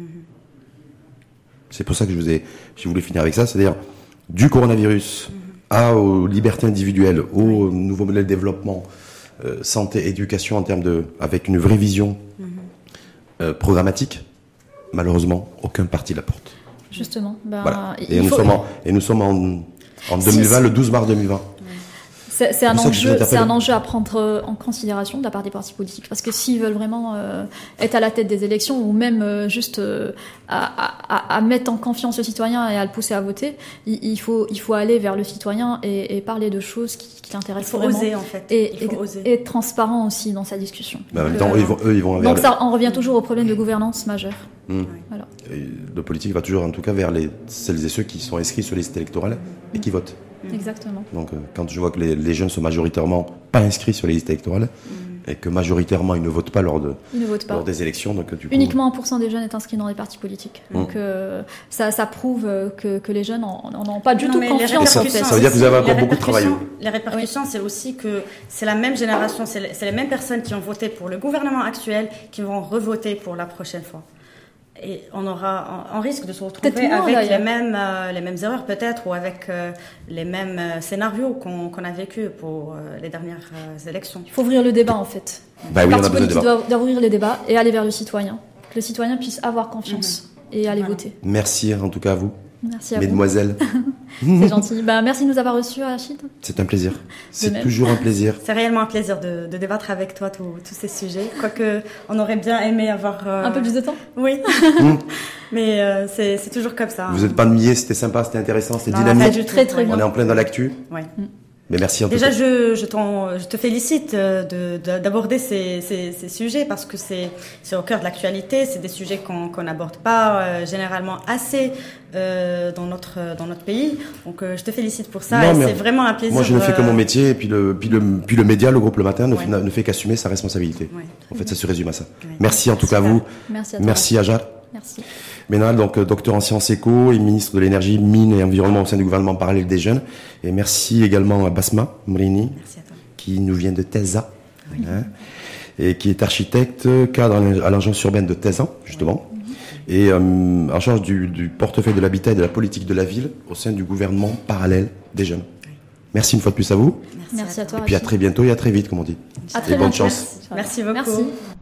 S1: C'est pour ça que je vous ai, je voulais finir avec ça, c'est-à-dire du coronavirus mm-hmm. à aux libertés individuelles, au oui. nouveau modèle de développement, euh, santé, éducation en termes de, avec une vraie vision mm-hmm. euh, programmatique. Malheureusement, aucun parti la porte.
S2: Justement. Ben,
S1: voilà. Et, nous faut... sommes en, et nous sommes en, en deux mille vingt, si, si. le douze mars deux mille vingt.
S2: C'est, c'est, un enjeu, c'est un enjeu à prendre en considération de la part des partis politiques, parce que s'ils veulent vraiment euh, être à la tête des élections, ou même euh, juste euh, à, à, à mettre en confiance le citoyen et à le pousser à voter, il, il, faut, il faut aller vers le citoyen et, et parler de choses qui, qui l'intéressent vraiment.
S3: Il faut oser, en fait.
S2: Et,
S3: il faut
S2: et,
S3: oser.
S2: et être transparent aussi dans sa discussion.
S1: Bah, en même temps, euh, eux, ils vont, eux, ils vont
S2: donc ça, on revient toujours au problème de gouvernance majeur.
S1: Mmh. Voilà. Et le politique va toujours, en tout cas, vers les, celles et ceux qui sont inscrits sur les listes électorales mmh. et qui votent.
S2: Exactement.
S1: Donc, euh, quand je vois que les, les jeunes sont majoritairement pas inscrits sur les listes électorales mmh. et que majoritairement ils ne votent pas lors, de,
S2: ne votent pas.
S1: lors des élections, donc du coup,
S2: uniquement un pour cent des jeunes est inscrit dans les partis politiques. Mmh. Donc, euh, ça, ça prouve que, que les jeunes n'ont pas du non, tout confiance.
S1: Ça,
S2: en fait.
S1: ça veut dire que vous avez encore beaucoup de travail.
S3: Les répercussions, oui. c'est aussi que c'est la même génération, c'est les, c'est les mêmes personnes qui ont voté pour le gouvernement actuel qui vont revoter pour la prochaine fois. Et on aura, on risque de se retrouver
S2: moins,
S3: avec
S2: d'ailleurs.
S3: les mêmes, euh, les mêmes erreurs peut-être, ou avec euh, les mêmes euh, scénarios qu'on qu'on a vécu pour euh, les dernières euh, élections.
S2: Il faut ouvrir le débat en fait.
S1: Bah oui,
S2: le
S1: on a
S2: parti
S1: besoin de
S2: politique
S1: débat.
S2: doit, doit ouvrir les débats et aller vers le citoyen. Que le citoyen puisse avoir confiance mmh. et aller
S3: Voilà.
S2: voter.
S1: Merci en tout cas à vous,
S2: Merci à
S1: mesdemoiselles.
S2: vous. C'est gentil. Bah, merci de nous avoir reçus, Rachid.
S1: C'est un plaisir. C'est
S2: même.
S1: toujours un plaisir.
S3: C'est réellement un plaisir de, de débattre avec toi tous tous ces sujets. Quoique, on aurait bien aimé avoir... euh,
S2: Un peu plus de temps.
S3: Oui. Mais euh, c'est c'est toujours comme ça.
S1: Vous n'êtes pas ennuyés, c'était sympa, c'était intéressant, c'était
S3: Non, pas
S1: dynamique.
S3: du tout.
S2: Très, très
S3: Ouais.
S2: bien.
S1: On est en plein dans l'actu.
S3: Ouais.
S1: Mais merci en
S3: Déjà,
S1: tout cas.
S3: je, je, t'en- je te félicite euh, de- de- d'aborder ces, ces, ces sujets parce que c'est c'est au cœur de l'actualité. C'est des sujets qu'on qu'on n'aborde pas euh, généralement assez euh, dans notre dans notre pays. Donc, euh, je te félicite pour ça.
S1: Non,
S3: et
S1: mais
S3: c'est vraiment un plaisir.
S1: Moi, je ne fais que
S3: euh,
S1: mon métier, et puis le, puis le, puis le média, le groupe Le Matin, ne,
S3: Ouais.
S1: fait, ne fait qu'assumer sa responsabilité.
S3: Ouais.
S1: En fait, ça se résume à ça.
S3: Ouais.
S1: Merci en tout cas à
S3: Super.
S1: vous.
S2: Merci à toi.
S1: Merci Ajar.
S2: Merci.
S1: Ménal, donc euh, docteur en sciences éco et ministre de l'énergie, mines et environnement au sein du gouvernement parallèle des jeunes. Et merci également à Basma Mrini,
S3: Merci à toi.
S1: qui nous vient de Teza, hein, et qui est architecte, cadre à l'agence urbaine de Teza, justement, et euh, en charge du, du portefeuille de l'habitat et de la politique de la ville au sein du gouvernement parallèle des jeunes. Merci une fois de plus à vous,
S3: Merci,
S2: Merci à toi.
S1: et puis à
S2: Rachid.
S1: très bientôt et à très vite, comme on dit.
S2: À
S1: Et
S2: très
S1: bonne
S2: bientôt.
S1: chance.
S3: Merci beaucoup.
S2: Merci.